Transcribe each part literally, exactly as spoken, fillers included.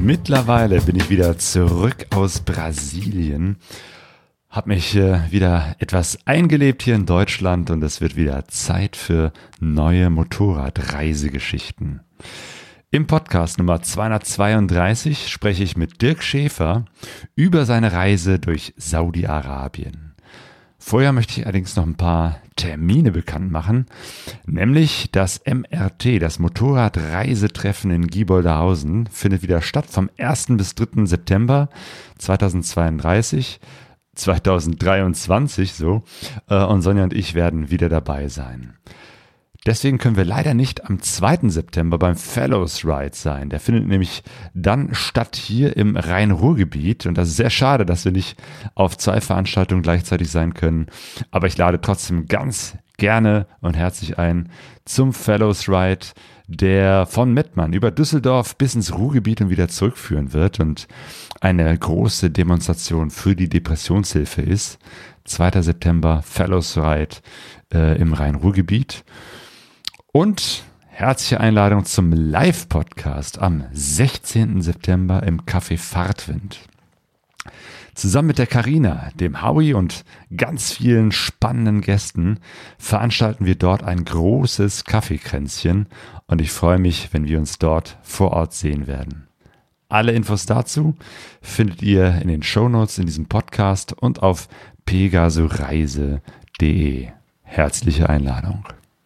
Mittlerweile bin ich wieder zurück aus Brasilien, habe mich äh, wieder etwas eingelebt hier in Deutschland und es wird wieder Zeit für neue Motorradreisegeschichten. Im Podcast Nummer zweihundertzweiunddreißig spreche ich mit Dirk Schäfer über seine Reise durch Saudi-Arabien. Vorher möchte ich allerdings noch ein paar Termine bekannt machen, nämlich das M R T, das Motorradreisetreffen in Gieboldehausen, findet wieder statt vom ersten bis dritten September zweitausendzweiunddreißig, zweitausenddreiundzwanzig so, und Sonja und ich werden wieder dabei sein. Deswegen können wir leider nicht am zweiten September beim Fellows Ride sein. Der findet nämlich dann statt hier im Rhein-Ruhr-Gebiet. Und das ist sehr schade, dass wir nicht auf zwei Veranstaltungen gleichzeitig sein können. Aber ich lade trotzdem ganz gerne und herzlich ein zum Fellows Ride, der von Mettmann über Düsseldorf bis ins Ruhrgebiet und wieder zurückführen wird und eine große Demonstration für die Depressionshilfe ist. zweiter September, Fellows Ride äh, im Rhein-Ruhr-Gebiet. Und herzliche Einladung zum Live-Podcast am sechzehnten September im Café Fahrtwind. Zusammen mit der Carina, dem Howie und ganz vielen spannenden Gästen veranstalten wir dort ein großes Kaffeekränzchen und ich freue mich, wenn wir uns dort vor Ort sehen werden. Alle Infos dazu findet ihr in den Shownotes in diesem Podcast und auf pegasoreise punkt de. Herzliche Einladung.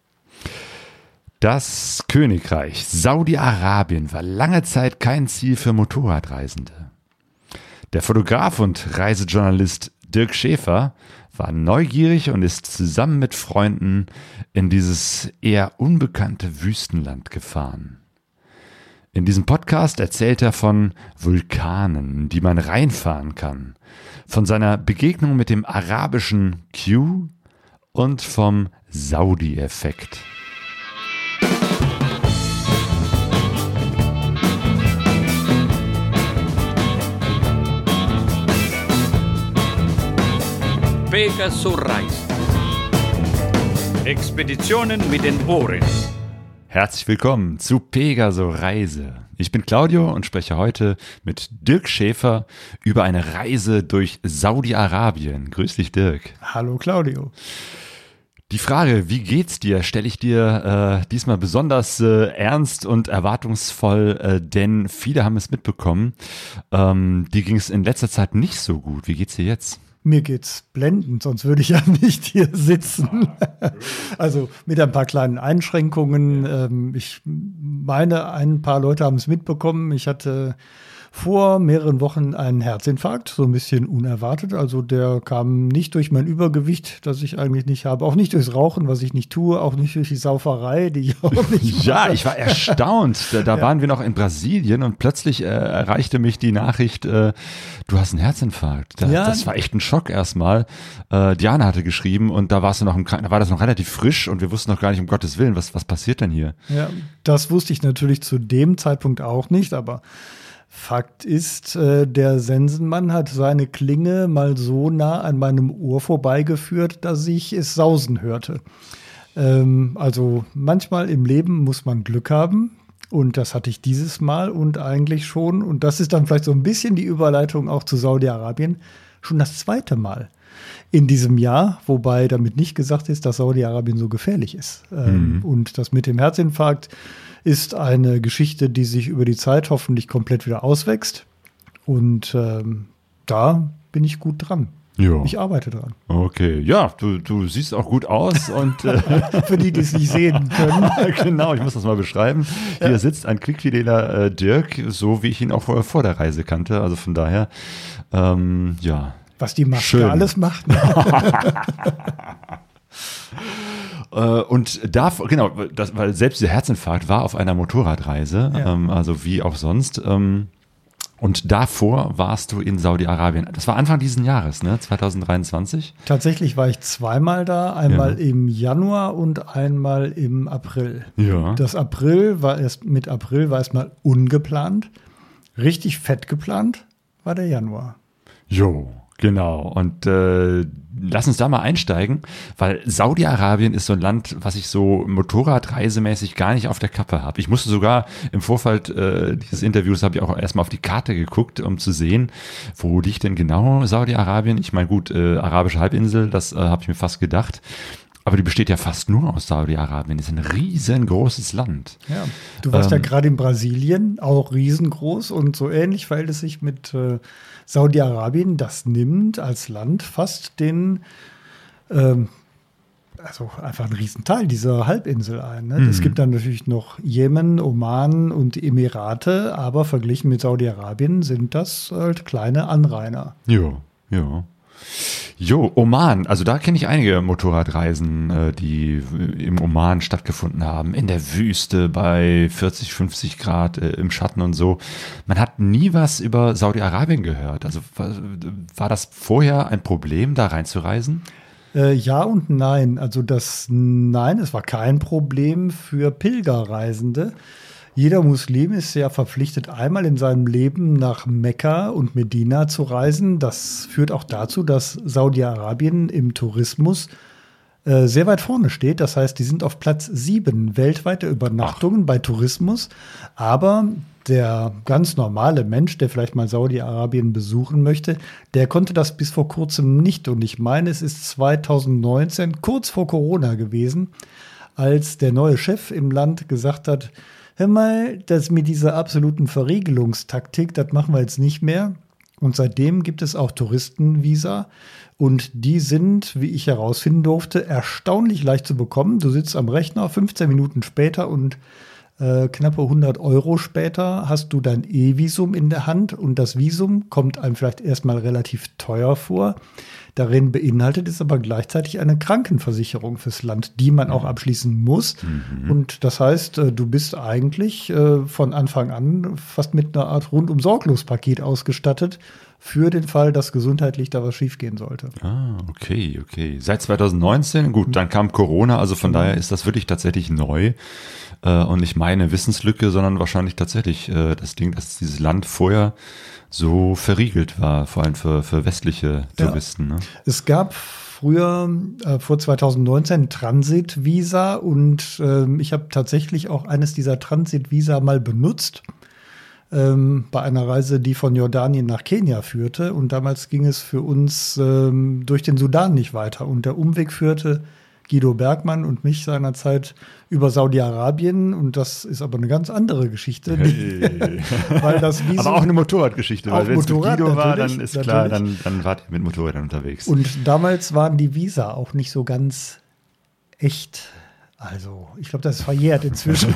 Das Königreich Saudi-Arabien war lange Zeit kein Ziel für Motorradreisende. Der Fotograf und Reisejournalist Dirk Schäfer war neugierig und ist zusammen mit Freunden in dieses eher unbekannte Wüstenland gefahren. In diesem Podcast erzählt er von Vulkanen, die man reinfahren kann, von seiner Begegnung mit dem arabischen Q und vom Saudi-Effekt. Pegaso Reise. Expeditionen mit den Ohren. Herzlich willkommen zu Pegaso Reise. Ich bin Claudio und spreche heute mit Dirk Schäfer über eine Reise durch Saudi-Arabien. Grüß dich, Dirk. Hallo, Claudio. Die Frage, wie geht's dir, stelle ich dir äh, diesmal besonders äh, ernst und erwartungsvoll, äh, denn viele haben es mitbekommen. Ähm, dir ging es in letzter Zeit nicht so gut. Wie geht's dir jetzt? Mir geht's blendend, sonst würde ich ja nicht hier sitzen. Also mit ein paar kleinen Einschränkungen. Ähm, ich meine, ein paar Leute haben es mitbekommen. Ich hatte vor mehreren Wochen einen Herzinfarkt, so ein bisschen unerwartet. Also der kam nicht durch mein Übergewicht, das ich eigentlich nicht habe, auch nicht durchs Rauchen, was ich nicht tue, auch nicht durch die Sauferei, die ich auch nicht Ja, mache. ich war erstaunt. Da, da Ja. waren wir noch in Brasilien und plötzlich äh, erreichte mich die Nachricht, äh, du hast einen Herzinfarkt. Da, Ja. Das war echt ein Schock erstmal. Äh, Diana hatte geschrieben und da warst du noch im Krankenhaus, da war das noch relativ frisch und wir wussten noch gar nicht, um Gottes Willen, was, was passiert denn hier? Ja, das wusste ich natürlich zu dem Zeitpunkt auch nicht, aber Fakt ist, äh, der Sensenmann hat seine Klinge mal so nah an meinem Ohr vorbeigeführt, dass ich es sausen hörte. Ähm, also manchmal im Leben muss man Glück haben und das hatte ich dieses Mal und eigentlich schon, und das ist dann vielleicht so ein bisschen die Überleitung auch zu Saudi-Arabien, schon das zweite Mal in diesem Jahr, wobei damit nicht gesagt ist, dass Saudi-Arabien so gefährlich ist. Ähm, Mhm. Und das mit dem Herzinfarkt ist eine Geschichte, die sich über die Zeit hoffentlich komplett wieder auswächst. Und ähm, da bin ich gut dran. Ja. Ich arbeite dran. Okay, ja, du, du siehst auch gut aus und äh, Für die, die es nicht sehen können. genau, ich muss das mal beschreiben. Hier Ja. sitzt ein quickfideler äh, Dirk, so wie ich ihn auch vorher vor der Reise kannte. Also von daher, ähm, ja. Was die Maske Schön. alles macht. Äh, und da, genau, das, weil selbst der Herzinfarkt war auf einer Motorradreise, Ja. ähm, also wie auch sonst. Ähm, und davor warst du in Saudi-Arabien. Das war Anfang diesen Jahres, ne? zweitausenddreiundzwanzig? Tatsächlich war ich zweimal da, einmal Ja. im Januar und einmal im April. Ja. Das April war erst, mit April war erstmal ungeplant. Richtig fett geplant war der Januar. Jo, Genau. Und äh, lass uns da mal einsteigen, weil Saudi-Arabien ist so ein Land, was ich so motorradreisemäßig gar nicht auf der Kappe habe. Ich musste sogar im Vorfeld äh, dieses Interviews, habe ich auch erstmal auf die Karte geguckt, um zu sehen, wo liegt denn genau Saudi-Arabien. Ich meine, gut, äh, arabische Halbinsel, das äh, habe ich mir fast gedacht. Aber die besteht ja fast nur aus Saudi-Arabien. Das ist ein riesengroßes Land. Ja, du warst Ähm, ja gerade in Brasilien, auch riesengroß, und so ähnlich verhält es sich mit äh, Saudi-Arabien. Das nimmt als Land fast den, ähm, also einfach einen Riesenteil dieser Halbinsel ein. Ne? Mhm. Es gibt dann natürlich noch Jemen, Oman und die Emirate, aber verglichen mit Saudi-Arabien sind das halt kleine Anrainer. Jo, jo. Jo, Oman, also da kenne ich einige Motorradreisen, äh, die im Oman stattgefunden haben, in der Wüste bei vierzig, fünfzig Grad äh, im Schatten und so. Man hat nie was über Saudi-Arabien gehört. Also war, war das vorher ein Problem, da reinzureisen? Äh, ja und nein. Also das Nein, es war kein Problem für Pilgerreisende. Jeder Muslim ist ja verpflichtet, einmal in seinem Leben nach Mekka und Medina zu reisen. Das führt auch dazu, dass Saudi-Arabien im Tourismus äh, sehr weit vorne steht. Das heißt, die sind auf Platz sieben weltweit der Übernachtungen Ach. bei Tourismus. Aber der ganz normale Mensch, der vielleicht mal Saudi-Arabien besuchen möchte, der konnte das bis vor kurzem nicht. Und ich meine, es ist zwanzig neunzehn, kurz vor Corona gewesen, als der neue Chef im Land gesagt hat, hör mal, das mit dieser absoluten Verriegelungstaktik, das machen wir jetzt nicht mehr. Und seitdem gibt es auch Touristenvisa. Und die sind, wie ich herausfinden durfte, erstaunlich leicht zu bekommen. Du sitzt am Rechner, fünfzehn Minuten später und äh, knappe hundert Euro später hast du dein E-Visum in der Hand. Und das Visum kommt einem vielleicht erstmal relativ teuer vor. Darin beinhaltet es aber gleichzeitig eine Krankenversicherung fürs Land, die man auch abschließen muss. Mhm. Und das heißt, du bist eigentlich von Anfang an fast mit einer Art Rundum-Sorglos-Paket ausgestattet für den Fall, dass gesundheitlich da was schiefgehen sollte. Ah, okay, okay. Seit zwanzig neunzehn, gut, dann kam Corona, also von mhm. daher ist das wirklich tatsächlich neu. Und nicht meine Wissenslücke, sondern wahrscheinlich tatsächlich das Ding, dass dieses Land vorher so verriegelt war, vor allem für, für westliche Touristen. Ja. Ne? Es gab früher, äh, vor zwanzig neunzehn, Transitvisa und äh, ich habe tatsächlich auch eines dieser Transitvisa mal benutzt, ähm, bei einer Reise, die von Jordanien nach Kenia führte. Und damals ging es für uns ähm, durch den Sudan nicht weiter. Und der Umweg führte Guido Bergmann und mich seinerzeit über Saudi-Arabien, und das ist aber eine ganz andere Geschichte. Hey. Weil das Visum, aber auch eine Motorradgeschichte, weil wenn es mit Guido war, dann ist natürlich. klar, dann, dann wart ihr mit Motorrädern unterwegs. Und damals waren die Visa auch nicht so ganz echt. Also, ich glaube, das ist verjährt inzwischen.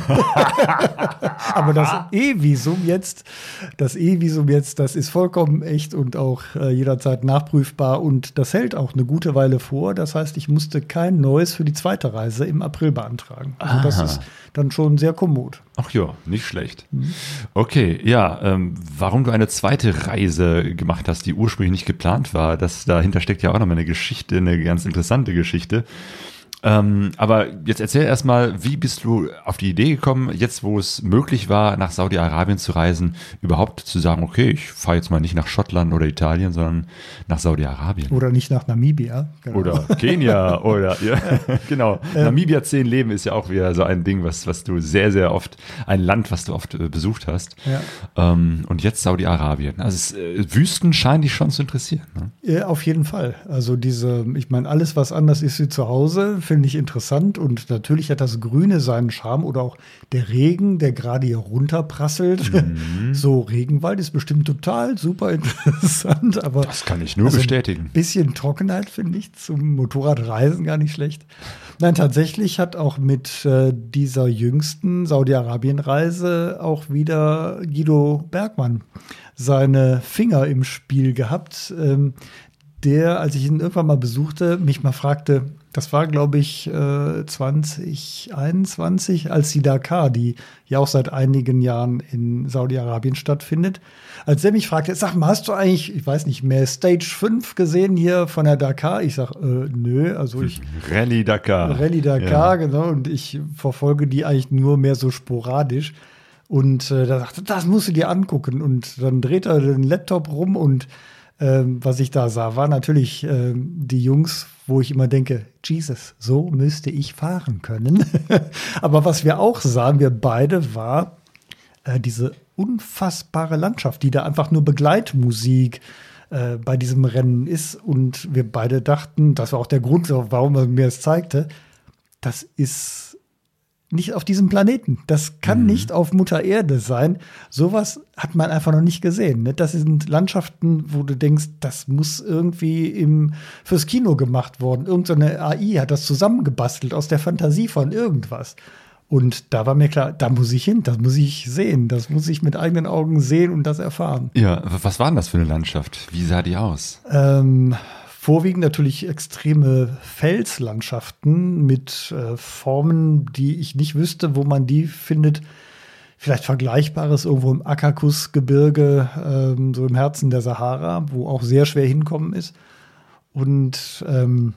Aber das E-Visum jetzt, das E-Visum jetzt, das ist vollkommen echt und auch äh, jederzeit nachprüfbar, und das hält auch eine gute Weile vor. Das heißt, ich musste kein neues für die zweite Reise im April beantragen. Also Aha. das ist dann schon sehr kommod. Ach ja, nicht schlecht. Mhm. Okay, ja, ähm, warum du eine zweite Reise gemacht hast, die ursprünglich nicht geplant war, das dahinter steckt ja auch noch mal eine Geschichte, eine ganz interessante Geschichte. Ähm, aber jetzt erzähl erstmal, wie bist du auf die Idee gekommen, jetzt wo es möglich war, nach Saudi-Arabien zu reisen, überhaupt zu sagen, okay, ich fahre jetzt mal nicht nach Schottland oder Italien, sondern nach Saudi-Arabien. Oder nicht nach Namibia. Genau. Oder Kenia oder, ja, genau. Ähm, Namibia zehn Leben ist ja auch wieder so ein Ding, was, was du sehr, sehr oft, ein Land, was du oft äh, besucht hast. Ja. Ähm, und jetzt Saudi-Arabien. Also es, äh, Wüsten scheinen dich schon zu interessieren. Ne? Ja, auf jeden Fall. Also diese, ich meine, alles, was anders ist wie zu Hause, finde ich interessant, und natürlich hat das Grüne seinen Charme, oder auch der Regen, der gerade hier runterprasselt. Mhm. So, Regenwald ist bestimmt total super interessant, aber das kann ich nur also bestätigen. Ein bisschen Trockenheit finde ich zum Motorradreisen gar nicht schlecht. Nein, tatsächlich hat auch mit äh, dieser jüngsten Saudi-Arabien-Reise auch wieder Guido Bergmann seine Finger im Spiel gehabt, ähm, der, als ich ihn irgendwann mal besuchte, mich mal fragte, das war, glaube ich, äh, zwanzig einundzwanzig, als die Dakar, die ja auch seit einigen Jahren in Saudi-Arabien stattfindet, als er mich fragte, sag mal, hast du eigentlich, ich weiß nicht mehr, Stage fünf gesehen hier von der Dakar? Ich sag, äh, nö, also ich Rallye Dakar. Rallye Dakar, ja. Genau, und ich verfolge die eigentlich nur mehr so sporadisch. Und äh, da sagte, das musst du dir angucken. Und dann dreht er den Laptop rum und ähm, was ich da sah, war natürlich ähm, die Jungs, wo ich immer denke, Jesus, so müsste ich fahren können. Aber was wir auch sahen, wir beide, war äh, diese unfassbare Landschaft, die da einfach nur Begleitmusik äh, bei diesem Rennen ist. Und wir beide dachten, das war auch der Grund, warum er mir es zeigte, das ist nicht auf diesem Planeten. Das kann mhm. nicht auf Mutter Erde sein. Sowas hat man einfach noch nicht gesehen. Ne? Das sind Landschaften, wo du denkst, das muss irgendwie im, fürs Kino gemacht worden. Irgendeine A I hat das zusammengebastelt aus der Fantasie von irgendwas. Und da war mir klar, da muss ich hin, das muss ich sehen, das muss ich mit eigenen Augen sehen und das erfahren. Ja, was war denn das für eine Landschaft? Wie sah die aus? Ähm, Vorwiegend natürlich extreme Felslandschaften mit äh, Formen, die ich nicht wüsste, wo man die findet. Vielleicht Vergleichbares irgendwo im Akakus-Gebirge, ähm, so im Herzen der Sahara, wo auch sehr schwer hinkommen ist. Und ähm,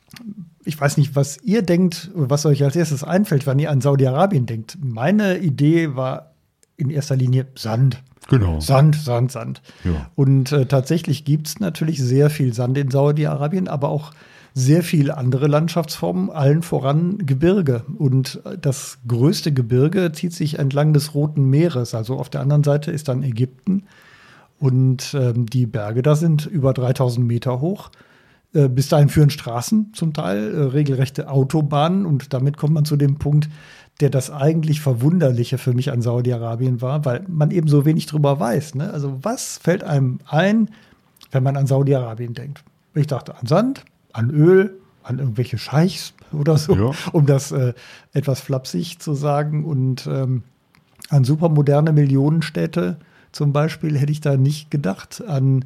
ich weiß nicht, was ihr denkt, was euch als erstes einfällt, wenn ihr an Saudi-Arabien denkt. Meine Idee war in erster Linie Sand. Genau. Sand, Sand, Sand. Ja. Und äh, tatsächlich gibt es natürlich sehr viel Sand in Saudi-Arabien, aber auch sehr viele andere Landschaftsformen, allen voran Gebirge. Und äh, das größte Gebirge zieht sich entlang des Roten Meeres. Also auf der anderen Seite ist dann Ägypten. Und ähm, die Berge da sind über dreitausend Meter hoch. Äh, bis dahin führen Straßen zum Teil, äh, regelrechte Autobahnen. Und damit kommt man zu dem Punkt, der das eigentlich Verwunderliche für mich an Saudi-Arabien war, weil man eben so wenig drüber weiß. Ne? Also was fällt einem ein, wenn man an Saudi-Arabien denkt? Ich dachte an Sand, an Öl, an irgendwelche Scheichs oder so, ja. um das äh, etwas flapsig zu sagen. Und ähm, an supermoderne Millionenstädte zum Beispiel hätte ich da nicht gedacht. An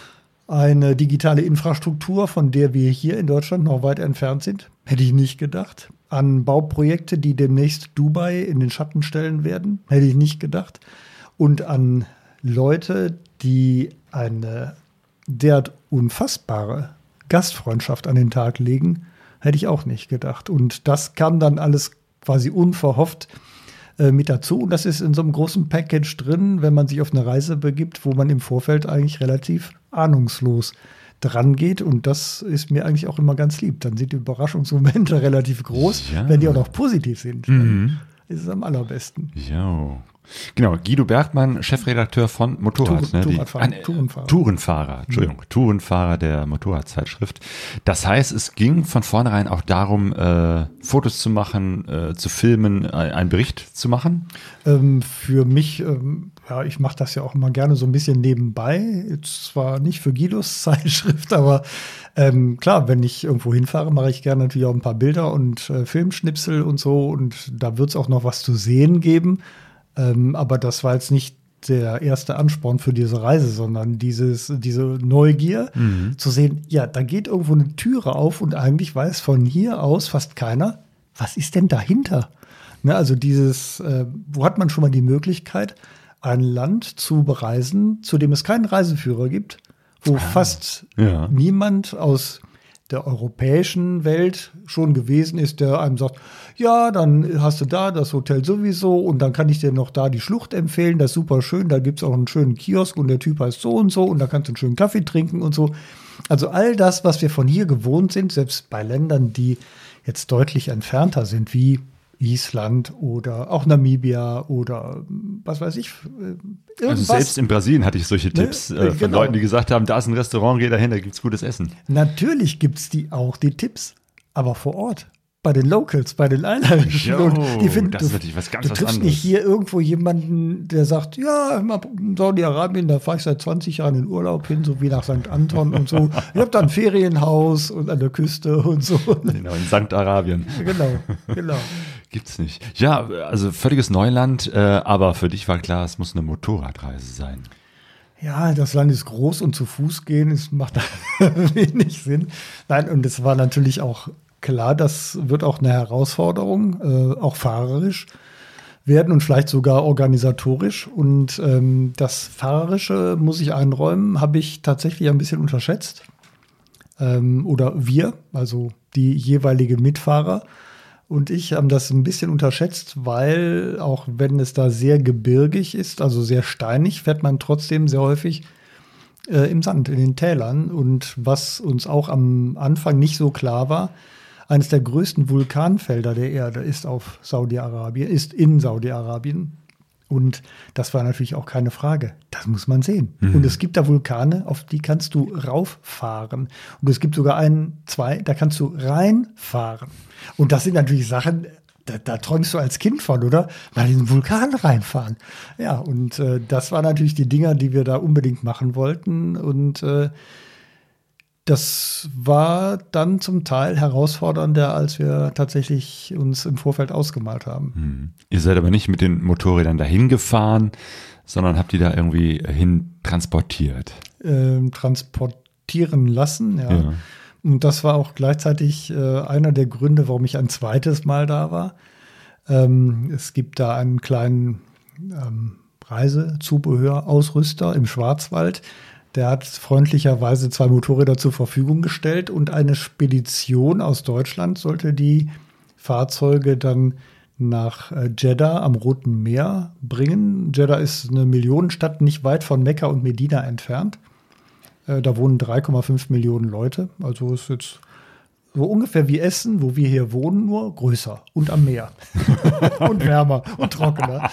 eine digitale Infrastruktur, von der wir hier in Deutschland noch weit entfernt sind, hätte ich nicht gedacht. An Bauprojekte, die demnächst Dubai in den Schatten stellen werden, hätte ich nicht gedacht. Und an Leute, die eine derart unfassbare Gastfreundschaft an den Tag legen, hätte ich auch nicht gedacht. Und das kam dann alles quasi unverhofft äh, mit dazu. Und das ist in so einem großen Package drin, wenn man sich auf eine Reise begibt, wo man im Vorfeld eigentlich relativ ahnungslos dran geht. Und das ist mir eigentlich auch immer ganz lieb. Dann sind die Überraschungsmomente relativ groß, ja. wenn die auch noch positiv sind. Mhm. Dann ist es am allerbesten. Ja. Genau, Guido Bergmann, Chefredakteur von Motorrad. Tour, ne, die, Tourenfahrer, ein, Tourenfahrer. Tourenfahrer, Entschuldigung, mhm. Tourenfahrer der Motorradzeitschrift. Das heißt, es ging von vornherein auch darum, äh, Fotos zu machen, äh, zu filmen, äh, einen Bericht zu machen? Ähm, für mich, ähm, ja, ich mache das ja auch immer gerne so ein bisschen nebenbei. Jetzt zwar nicht für Guidos Zeitschrift, aber ähm, klar, wenn ich irgendwo hinfahre, mache ich gerne natürlich auch ein paar Bilder und äh, Filmschnipsel und so. Und da wird es auch noch was zu sehen geben. Ähm, aber das war jetzt nicht der erste Ansporn für diese Reise, sondern dieses, diese Neugier mhm. zu sehen, ja, da geht irgendwo eine Türe auf und eigentlich weiß von hier aus fast keiner, was ist denn dahinter? Ne, also dieses, äh, wo hat man schon mal die Möglichkeit, ein Land zu bereisen, zu dem es keinen Reiseführer gibt, wo ah, fast ja. niemand aus der europäischen Welt schon gewesen ist, der einem sagt, ja, dann hast du da das Hotel sowieso und dann kann ich dir noch da die Schlucht empfehlen, das ist super schön, da gibt es auch einen schönen Kiosk und der Typ heißt so und so und da kannst du einen schönen Kaffee trinken und so. Also all das, was wir von hier gewohnt sind, selbst bei Ländern, die jetzt deutlich entfernter sind, wie Island oder auch Namibia oder was weiß ich. Irgendwas. Also selbst in Brasilien hatte ich solche Tipps ne? äh, von genau. Leuten, die gesagt haben, da ist ein Restaurant, geh dahin, da gibt's gutes Essen. Natürlich gibt's die auch, die Tipps, aber vor Ort. Bei den Locals, bei den Einheimischen. Jo, die finden, das ist natürlich was ganz du was triffst anderes. nicht hier irgendwo jemanden, der sagt, ja, in Saudi-Arabien, da fahre ich seit zwanzig Jahren in Urlaub hin, so wie nach Sankt Anton und so. Ich habe da ein Ferienhaus und an der Küste und so. Genau, in Sankt Arabien. Genau, genau. Gibt's nicht. Ja, also völliges Neuland, äh, aber für dich war klar, es muss eine Motorradreise sein. Ja, das Land ist groß und zu Fuß gehen, es macht wenig Sinn. Nein, und es war natürlich auch klar, das wird auch eine Herausforderung, äh, auch fahrerisch werden und vielleicht sogar organisatorisch. Und ähm, das Fahrerische, muss ich einräumen, habe ich tatsächlich ein bisschen unterschätzt. Ähm, oder wir, also die jeweilige Mitfahrer und ich haben das ein bisschen unterschätzt, weil auch wenn es da sehr gebirgig ist, also sehr steinig, fährt man trotzdem sehr häufig äh, im Sand, in den Tälern. Und was uns auch am Anfang nicht so klar war, eines der größten Vulkanfelder der Erde ist auf Saudi-Arabien, ist in Saudi-Arabien. Und das war natürlich auch keine Frage. Das muss man sehen. Mhm. Und es gibt da Vulkane, auf die kannst du rauffahren. Und es gibt sogar einen, zwei, da kannst du reinfahren. Und das sind natürlich Sachen, da, da träumst du als Kind von, oder? Mal in den Vulkan reinfahren. Ja, und äh, das waren natürlich die Dinger, die wir da unbedingt machen wollten. Und äh, das war dann zum Teil herausfordernder, als wir tatsächlich uns im Vorfeld ausgemalt haben. Hm. Ihr seid aber nicht mit den Motorrädern dahin gefahren, sondern habt die da irgendwie hin transportiert? Ähm, transportieren lassen, ja. ja. Und das war auch gleichzeitig äh, einer der Gründe, warum ich ein zweites Mal da war. Ähm, es gibt da einen kleinen ähm, Reisezubehörausrüster im Schwarzwald. Der hat freundlicherweise zwei Motorräder zur Verfügung gestellt und eine Spedition aus Deutschland sollte die Fahrzeuge dann nach Jeddah am Roten Meer bringen. Jeddah ist eine Millionenstadt, nicht weit von Mekka und Medina entfernt. Da wohnen drei Komma fünf Millionen Leute. Also ist jetzt so ungefähr wie Essen, wo wir hier wohnen, nur größer und am Meer. Und wärmer und trockener.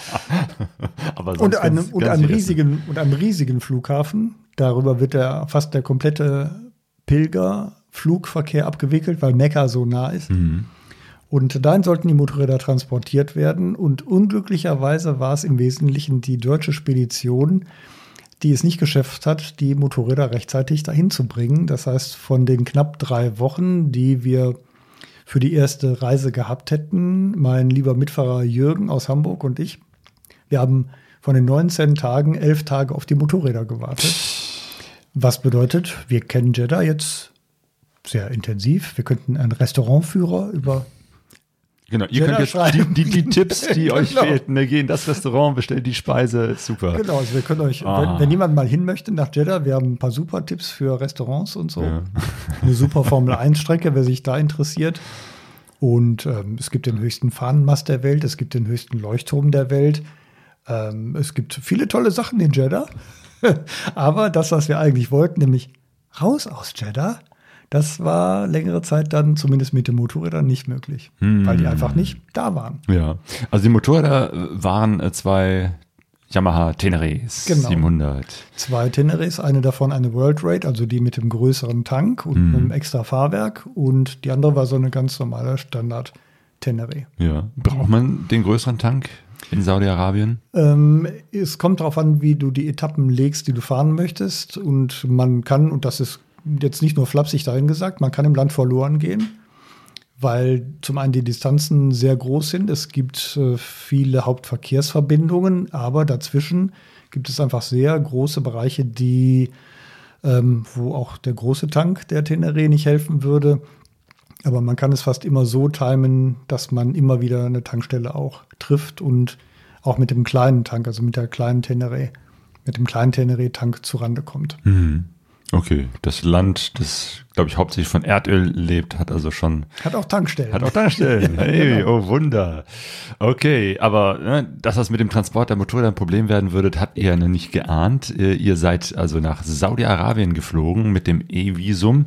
Aber und einem, ganz, und, ganz einem riesigen, und einem riesigen Flughafen. Darüber wird der, fast der komplette Pilgerflugverkehr abgewickelt, weil Mekka so nah ist. Mhm. Und dahin sollten die Motorräder transportiert werden. Und unglücklicherweise war es im Wesentlichen die deutsche Spedition, die es nicht geschafft hat, die Motorräder rechtzeitig dahin zu bringen. Das heißt, von den knapp drei Wochen, die wir für die erste Reise gehabt hätten, mein lieber Mitfahrer Jürgen aus Hamburg und ich, wir haben von den neunzehn Tagen elf Tage auf die Motorräder gewartet. Was bedeutet, wir kennen Jeddah jetzt sehr intensiv. Wir könnten einen Restaurantführer über Genau, ihr Jeddah könnt jetzt die, die, die Tipps, die euch genau. fehlten, ne, gehen in das Restaurant, bestellt die Speise, super. Genau, also wir können euch, ah. wenn, wenn jemand mal hin möchte nach Jeddah, wir haben ein paar super Tipps für Restaurants und so. Ja. Eine super Formel eins Strecke, wer sich da interessiert. Und ähm, es gibt den höchsten Fahnenmast der Welt, es gibt den höchsten Leuchtturm der Welt. Ähm, es gibt viele tolle Sachen in Jeddah. Aber das, was wir eigentlich wollten, nämlich raus aus Jeddah, das war längere Zeit dann zumindest mit den Motorrädern nicht möglich, hm. weil die einfach nicht da waren. Ja, also die Motorräder waren zwei Yamaha Tenerés genau. siebenhundert. Zwei Tenerés, eine davon eine World Raid, also die mit dem größeren Tank und hm. einem extra Fahrwerk. Und die andere war so eine ganz normale Standard Teneré. Ja, braucht man den größeren Tank in Saudi-Arabien? Ähm, es kommt darauf an, wie du die Etappen legst, die du fahren möchtest. Und man kann, und das ist jetzt nicht nur flapsig dahin gesagt, man kann im Land verloren gehen, weil zum einen die Distanzen sehr groß sind. Es gibt äh, viele Hauptverkehrsverbindungen, aber dazwischen gibt es einfach sehr große Bereiche, die, ähm, wo auch der große Tank der Teneré nicht helfen würde. Aber man kann es fast immer so timen, dass man immer wieder eine Tankstelle auch trifft und auch mit dem kleinen Tank, also mit der kleinen Teneré, mit dem kleinen Teneré-Tank zurande kommt. Mhm. Okay, das Land, das, glaube ich, hauptsächlich von Erdöl lebt, hat also schon... Hat auch Tankstellen. Hat auch Tankstellen, hey, genau. Oh Wunder. Okay, aber ne, dass das mit dem Transport der Motorräder ein Problem werden würde, habt ihr ja nicht geahnt. Ihr seid also nach Saudi-Arabien geflogen mit dem E-Visum.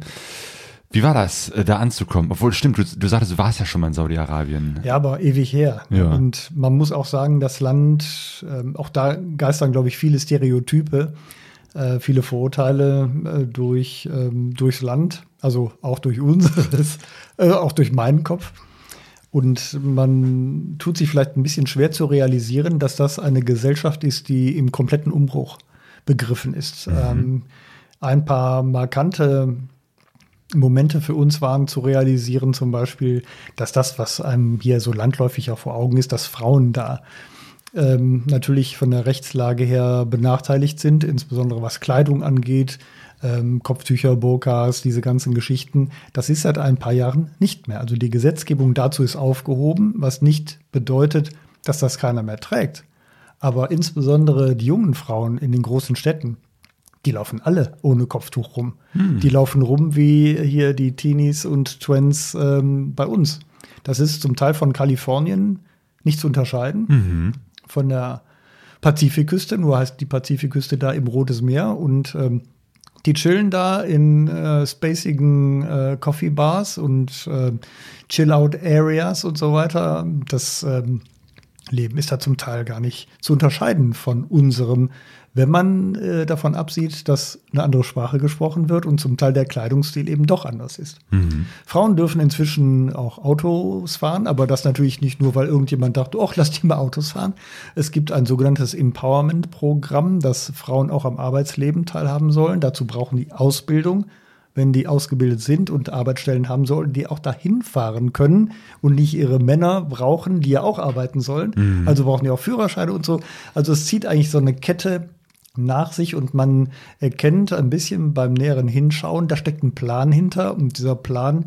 Wie war das, da anzukommen? Obwohl, stimmt, du, du sagtest, du warst ja schon mal in Saudi-Arabien. Ja, aber ewig her. Ja. Und man muss auch sagen, das Land, ähm, auch da geistern, glaube ich, viele Stereotype, äh, viele Vorurteile äh, durch, ähm, durchs Land, also auch durch unseres, äh, auch durch meinen Kopf. Und man tut sich vielleicht ein bisschen schwer zu realisieren, dass das eine Gesellschaft ist, die im kompletten Umbruch begriffen ist. Mhm. Ähm, ein paar markante Momente für uns waren zu realisieren, zum Beispiel, dass das, was einem hier so landläufig auch vor Augen ist, dass Frauen da ähm, natürlich von der Rechtslage her benachteiligt sind, insbesondere was Kleidung angeht, ähm, Kopftücher, Burkas, diese ganzen Geschichten. Das ist seit ein paar Jahren nicht mehr. Also die Gesetzgebung dazu ist aufgehoben, was nicht bedeutet, dass das keiner mehr trägt. Aber insbesondere die jungen Frauen in den großen Städten, die laufen alle ohne Kopftuch rum. Hm. Die laufen rum wie hier die Teenies und Twins ähm, bei uns. Das ist zum Teil von Kalifornien nicht zu unterscheiden. Mhm. Von der Pazifikküste, nur heißt die Pazifikküste da im Rotes Meer. Und ähm, Die chillen da in äh, spacigen äh, Coffee Bars und äh, Chill-Out-Areas und so weiter. Das ähm, Leben ist da zum Teil gar nicht zu unterscheiden von unserem, wenn man äh, davon absieht, dass eine andere Sprache gesprochen wird und zum Teil der Kleidungsstil eben doch anders ist. Mhm. Frauen dürfen inzwischen auch Autos fahren, aber das natürlich nicht nur, weil irgendjemand dachte, ach, lass die mal Autos fahren. Es gibt ein sogenanntes Empowerment-Programm, das Frauen auch am Arbeitsleben teilhaben sollen. Dazu brauchen die Ausbildung. Wenn die ausgebildet sind und Arbeitsstellen haben sollen, die auch dahin fahren können und nicht ihre Männer brauchen, die ja auch arbeiten sollen. Mhm. Also brauchen die auch Führerscheine und so. Also es zieht eigentlich so eine Kette nach sich und man erkennt ein bisschen beim näheren Hinschauen, da steckt ein Plan hinter und dieser Plan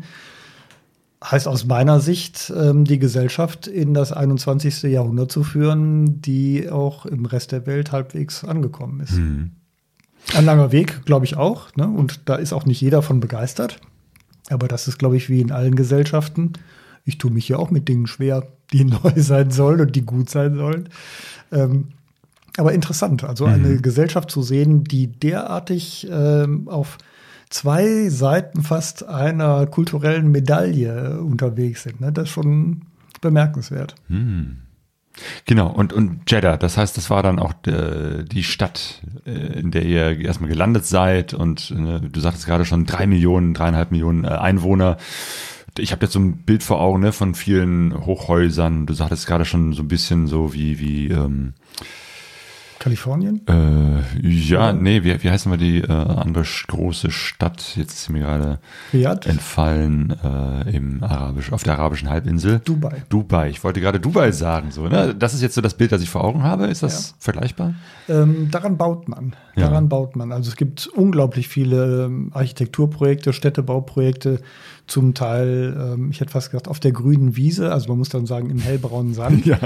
heißt aus meiner Sicht, die Gesellschaft in das einundzwanzigste Jahrhundert zu führen, die auch im Rest der Welt halbwegs angekommen ist. Mhm. Ein langer Weg, glaube ich auch, ne? Und da ist auch nicht jeder von begeistert. Aber das ist, glaube ich, wie in allen Gesellschaften. Ich tue mich ja auch mit Dingen schwer, die neu sein sollen und die gut sein sollen. Ähm, aber interessant, also mhm. eine Gesellschaft zu sehen, die derartig ähm, auf zwei Seiten fast einer kulturellen Medaille unterwegs sind. Ne? Das ist schon bemerkenswert. Mhm. Genau, und, und Jeddah, das heißt, das war dann auch de, die Stadt, in der ihr erstmal gelandet seid und ne, du sagtest gerade schon drei Millionen, dreieinhalb Millionen Einwohner. Ich habe jetzt so ein Bild vor Augen ne, von vielen Hochhäusern. Du sagtest gerade schon so ein bisschen so wie, wie ähm, Kalifornien? Äh, ja, nee, wie, wie heißen wir die äh, andere große Stadt? Jetzt ist mir gerade Riyadh? entfallen äh, im Arabisch, auf der arabischen Halbinsel. Dubai. Dubai. Ich wollte gerade Dubai sagen. So, ne? Das ist jetzt so das Bild, das ich vor Augen habe. Ist das ja. vergleichbar? Ähm, daran baut man. Daran ja. baut man. Also es gibt unglaublich viele ähm, Architekturprojekte, Städtebauprojekte, zum Teil, ähm, ich hätte fast gesagt, auf der grünen Wiese. Also man muss dann sagen, im hellbraunen Sand. Ja.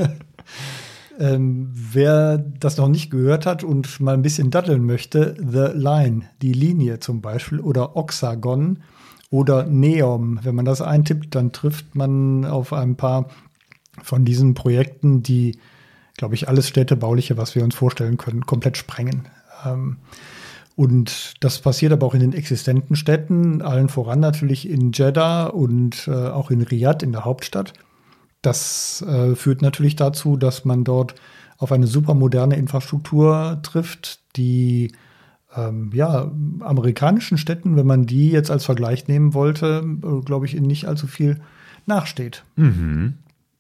Ähm, wer das noch nicht gehört hat und mal ein bisschen daddeln möchte, The Line, die Linie zum Beispiel, oder Oxagon oder Neom. Wenn man das eintippt, dann trifft man auf ein paar von diesen Projekten, die, glaube ich, alles Städtebauliche, was wir uns vorstellen können, komplett sprengen. Ähm, und das passiert aber auch in den existenten Städten, allen voran natürlich in Jeddah und äh, auch in Riyadh, in der Hauptstadt. Das äh, führt natürlich dazu, dass man dort auf eine super moderne Infrastruktur trifft, die ähm, ja, amerikanischen Städten, wenn man die jetzt als Vergleich nehmen wollte, äh, glaube ich, in nicht allzu viel nachsteht. Mhm.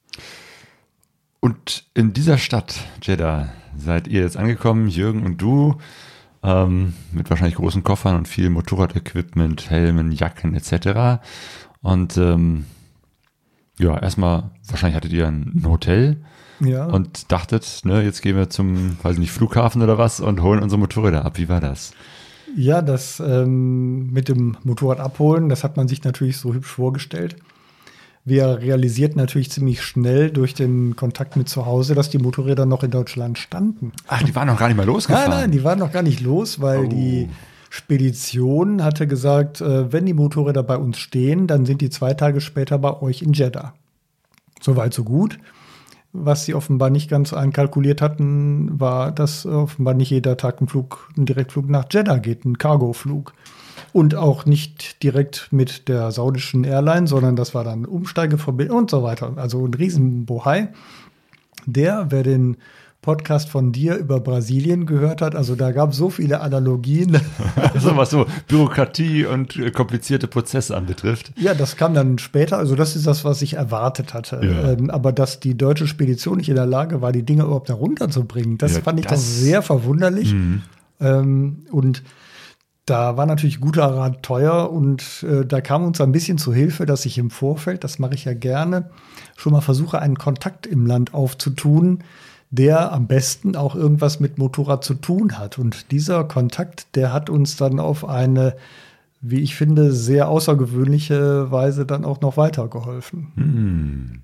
Und in dieser Stadt, Jeddah, seid ihr jetzt angekommen, Jürgen und du, ähm, mit wahrscheinlich großen Koffern und viel Motorrad-Equipment, Helmen, Jacken et cetera. Und ähm, ja, erstmal, wahrscheinlich hattet ihr ein Hotel ja. und dachtet, ne, jetzt gehen wir zum, weiß nicht, Flughafen oder was und holen unsere Motorräder ab. Wie war das? Ja, das ähm, mit dem Motorrad abholen, das hat man sich natürlich so hübsch vorgestellt. Wir realisierten natürlich ziemlich schnell durch den Kontakt mit zu Hause, dass die Motorräder noch in Deutschland standen. Ach, die waren noch gar nicht mal losgefahren? Nein, nein, die waren noch gar nicht los, weil oh. die Spedition hatte gesagt, äh, wenn die Motorräder bei uns stehen, dann sind die zwei Tage später bei euch in Jeddah. Soweit, so gut. Was sie offenbar nicht ganz einkalkuliert hatten, war, dass offenbar nicht jeder Tag ein Flug, ein Direktflug nach Jeddah geht, ein Cargoflug. Und auch nicht direkt mit der saudischen Airline, sondern das war dann Umsteigeverbindung und so weiter. Also ein Riesenbohai. Der, wer den Podcast von dir über Brasilien gehört hat, also da gab es so viele Analogien. Also was so Bürokratie und komplizierte Prozesse anbetrifft. Ja, das kam dann später, also das ist das, was ich erwartet hatte. Ja. Ähm, aber dass die deutsche Spedition nicht in der Lage war, die Dinge überhaupt herunterzubringen, das ja, fand ich das doch sehr verwunderlich. Mhm. Ähm, und da war natürlich guter Rat teuer und äh, da kam uns ein bisschen zu Hilfe, dass ich im Vorfeld, das mache ich ja gerne, schon mal versuche, einen Kontakt im Land aufzutun, der am besten auch irgendwas mit Motorrad zu tun hat. Und dieser Kontakt, der hat uns dann auf eine, wie ich finde, sehr außergewöhnliche Weise dann auch noch weitergeholfen. Hm.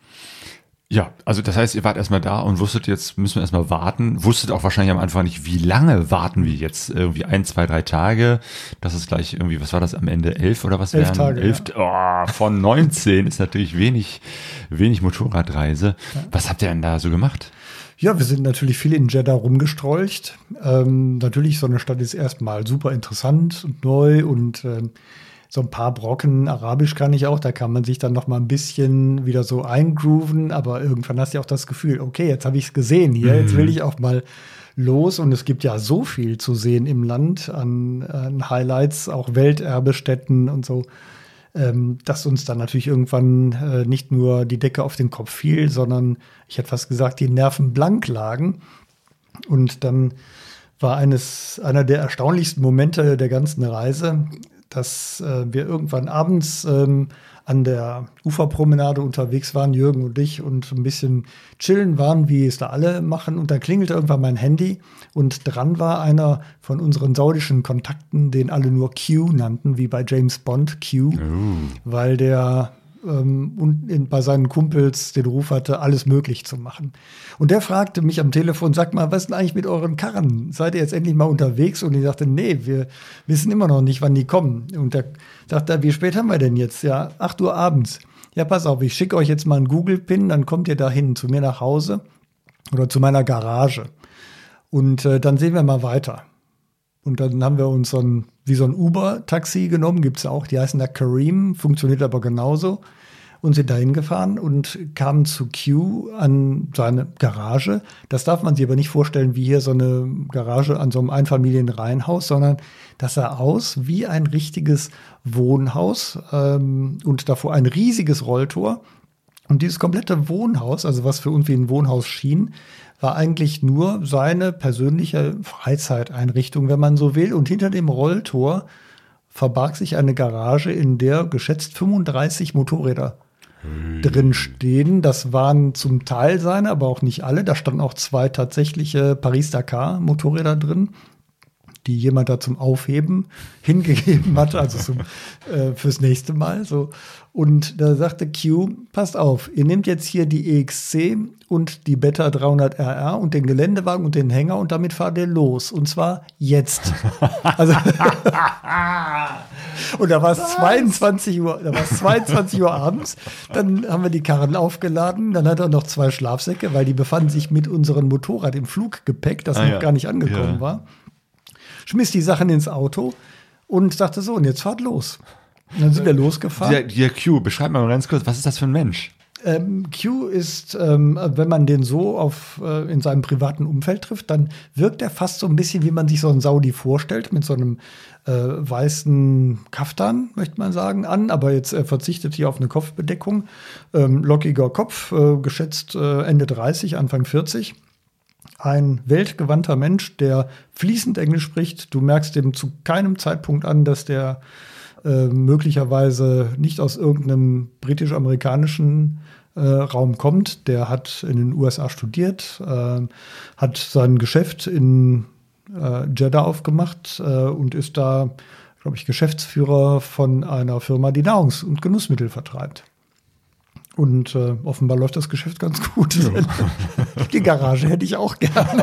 Ja, also das heißt, ihr wart erstmal da und wusstet, jetzt müssen wir erstmal warten. Wusstet auch wahrscheinlich am Anfang nicht, wie lange warten wir jetzt? Irgendwie ein, zwei, drei Tage. Das ist gleich irgendwie, was war das am Ende? Elf oder was? Elf Tage, Elf, ja. oh, von neunzehn ist natürlich wenig, wenig Motorradreise. Ja. Was habt ihr denn da so gemacht? Ja, wir sind natürlich viel in Jeddah rumgestrolcht. Ähm, natürlich, so eine Stadt ist erstmal super interessant und neu und ähm, so ein paar Brocken Arabisch kann ich auch. Da kann man sich dann noch mal ein bisschen wieder so eingrooven. Aber irgendwann hast du ja auch das Gefühl, okay, jetzt habe ich es gesehen hier. Jetzt will ich auch mal los. Und es gibt ja so viel zu sehen im Land an, an Highlights, auch Welterbestätten und so, ähm, dass uns dann natürlich irgendwann äh, nicht nur die Decke auf den Kopf fiel, sondern ich hätte fast gesagt, die Nerven blank lagen. Und dann war eines, einer der erstaunlichsten Momente der ganzen Reise, dass äh, wir irgendwann abends ähm, an der Uferpromenade unterwegs waren, Jürgen und ich, und ein bisschen chillen waren, wie es da alle machen. Und da klingelte irgendwann mein Handy und dran war einer von unseren saudischen Kontakten, den alle nur Q nannten, wie bei James Bond, Q, oh. weil der ähm, und in, bei seinen Kumpels den Ruf hatte, alles möglich zu machen. Und der fragte mich am Telefon, sag mal, was ist denn eigentlich mit euren Karren? Seid ihr jetzt endlich mal unterwegs? Und ich sagte, nee, wir wissen immer noch nicht, wann die kommen. Und da sagte er, wie spät haben wir denn jetzt? Ja, acht Uhr abends. Ja, pass auf, ich schicke euch jetzt mal einen Google-Pin, dann kommt ihr da hin, zu mir nach Hause oder zu meiner Garage. Und äh, dann sehen wir mal weiter. Und dann haben wir uns so ein, wie so ein Uber-Taxi genommen, gibt es auch, die heißen da Kareem, funktioniert aber genauso. Und sind dahin gefahren und kamen zu Q an seine Garage. Das darf man sich aber nicht vorstellen wie hier so eine Garage an so einem Einfamilienreihenhaus, sondern das sah aus wie ein richtiges Wohnhaus ähm, und davor ein riesiges Rolltor. Und dieses komplette Wohnhaus, also was für uns wie ein Wohnhaus schien, war eigentlich nur seine persönliche Freizeiteinrichtung, wenn man so will. Und hinter dem Rolltor verbarg sich eine Garage, in der geschätzt fünfunddreißig Motorräder hm. drin stehen. Das waren zum Teil seine, aber auch nicht alle. Da standen auch zwei tatsächliche Paris-Dakar-Motorräder drin, die jemand da zum Aufheben hingegeben hat, also zum, äh, fürs nächste Mal. So. Und da sagte Q, passt auf, ihr nehmt jetzt hier die E X C und die Beta dreihundert R R und den Geländewagen und den Hänger und damit fahrt ihr los. Und zwar jetzt. Also und da war es zweiundzwanzig Uhr, da war es zweiundzwanzig Uhr abends. Dann haben wir die Karren aufgeladen. Dann hat er noch zwei Schlafsäcke, weil die befanden sich mit unserem Motorrad im Fluggepäck, das ah, noch ja. gar nicht angekommen ja. war. Schmiss die Sachen ins Auto und sagte so, und jetzt fahrt los. Und dann sind wir losgefahren. Der, der Q, beschreib mal ganz kurz, was ist das für ein Mensch? Ähm, Q ist, ähm, wenn man den so auf, äh, in seinem privaten Umfeld trifft, dann wirkt er fast so ein bisschen, wie man sich so einen Saudi vorstellt, mit so einem äh, weißen Kaftan, möchte man sagen, an. Aber jetzt er verzichtet hier auf eine Kopfbedeckung. Ähm, lockiger Kopf, äh, geschätzt äh, Ende dreißig, Anfang vierzig. Ein weltgewandter Mensch, der fließend Englisch spricht. Du merkst dem zu keinem Zeitpunkt an, dass der äh, möglicherweise nicht aus irgendeinem britisch-amerikanischen äh, Raum kommt. Der hat in den U S A studiert, äh, hat sein Geschäft in äh, Jeddah aufgemacht äh, und ist da, glaube ich, Geschäftsführer von einer Firma, die Nahrungs- und Genussmittel vertreibt. Und äh, offenbar läuft das Geschäft ganz gut. Ja. Die Garage hätte ich auch gerne.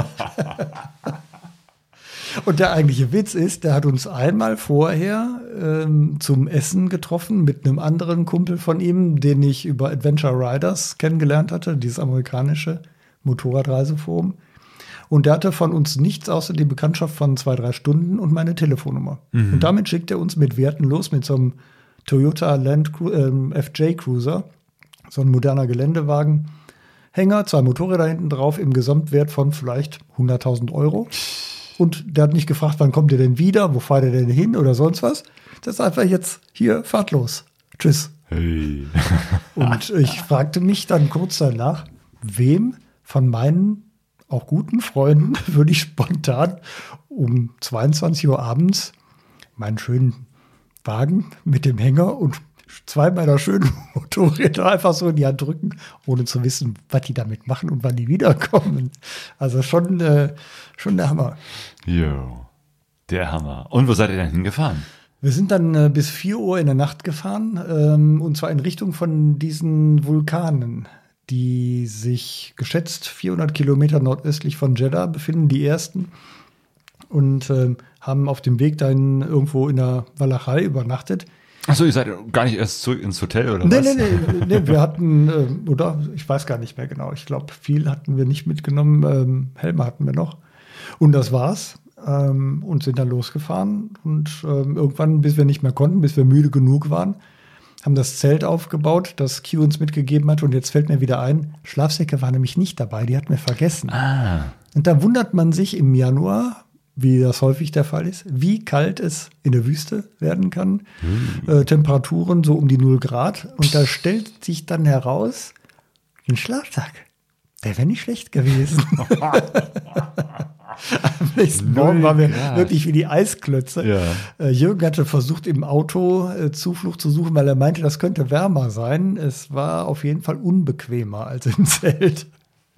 Und der eigentliche Witz ist, der hat uns einmal vorher ähm, zum Essen getroffen mit einem anderen Kumpel von ihm, den ich über Adventure Riders kennengelernt hatte, dieses amerikanische Motorradreiseforum. Und der hatte von uns nichts außer die Bekanntschaft von zwei, drei Stunden und meine Telefonnummer. Mhm. Und damit schickt er uns mit Werten los, mit so einem Toyota Land ähm, F J Cruiser. So ein moderner Geländewagen, Hänger, zwei Motorräder hinten drauf im Gesamtwert von vielleicht hunderttausend Euro. Und der hat nicht gefragt, wann kommt ihr denn wieder, wo fahrt ihr denn hin oder sonst was. Das ist einfach jetzt, hier, fahrt los. Tschüss. Hey. Und ich fragte mich dann kurz danach, wem von meinen auch guten Freunden würde ich spontan um zweiundzwanzig Uhr abends meinen schönen Wagen mit dem Hänger und zwei meiner schönen Motorräder einfach so in die Hand drücken, ohne zu wissen, was die damit machen und wann die wiederkommen. Also schon, äh, schon der Hammer. Jo, der Hammer. Und wo seid ihr denn hingefahren? Wir sind dann äh, bis vier Uhr in der Nacht gefahren, ähm, und zwar in Richtung von diesen Vulkanen, die sich geschätzt vierhundert Kilometer nordöstlich von Jeddah befinden, die ersten. Und äh, haben auf dem Weg dann irgendwo in der Walachei übernachtet. Achso, ihr seid gar nicht erst zurück ins Hotel oder nee, was? Nee, nee, nee, wir hatten, äh, oder ich weiß gar nicht mehr genau, ich glaube, viel hatten wir nicht mitgenommen, ähm, Helme hatten wir noch. Und das war's. Ähm, und sind dann losgefahren. Und ähm, irgendwann, bis wir nicht mehr konnten, bis wir müde genug waren, haben das Zelt aufgebaut, das Q uns mitgegeben hat. Und jetzt fällt mir wieder ein, Schlafsäcke waren nämlich nicht dabei, die hatten wir vergessen. Ah. Und da wundert man sich im Januar, wie das häufig der Fall ist, wie kalt es in der Wüste werden kann. Mhm. Äh, Temperaturen so um die null Grad. Und da stellt sich dann heraus, ein Schlafsack, der wäre nicht schlecht gewesen. Am nächsten Morgen waren wir Grad. Wirklich wie die Eisklötze. Ja. Äh, Jürgen hatte versucht, im Auto äh, Zuflucht zu suchen, weil er meinte, das könnte wärmer sein. Es war auf jeden Fall unbequemer als im Zelt.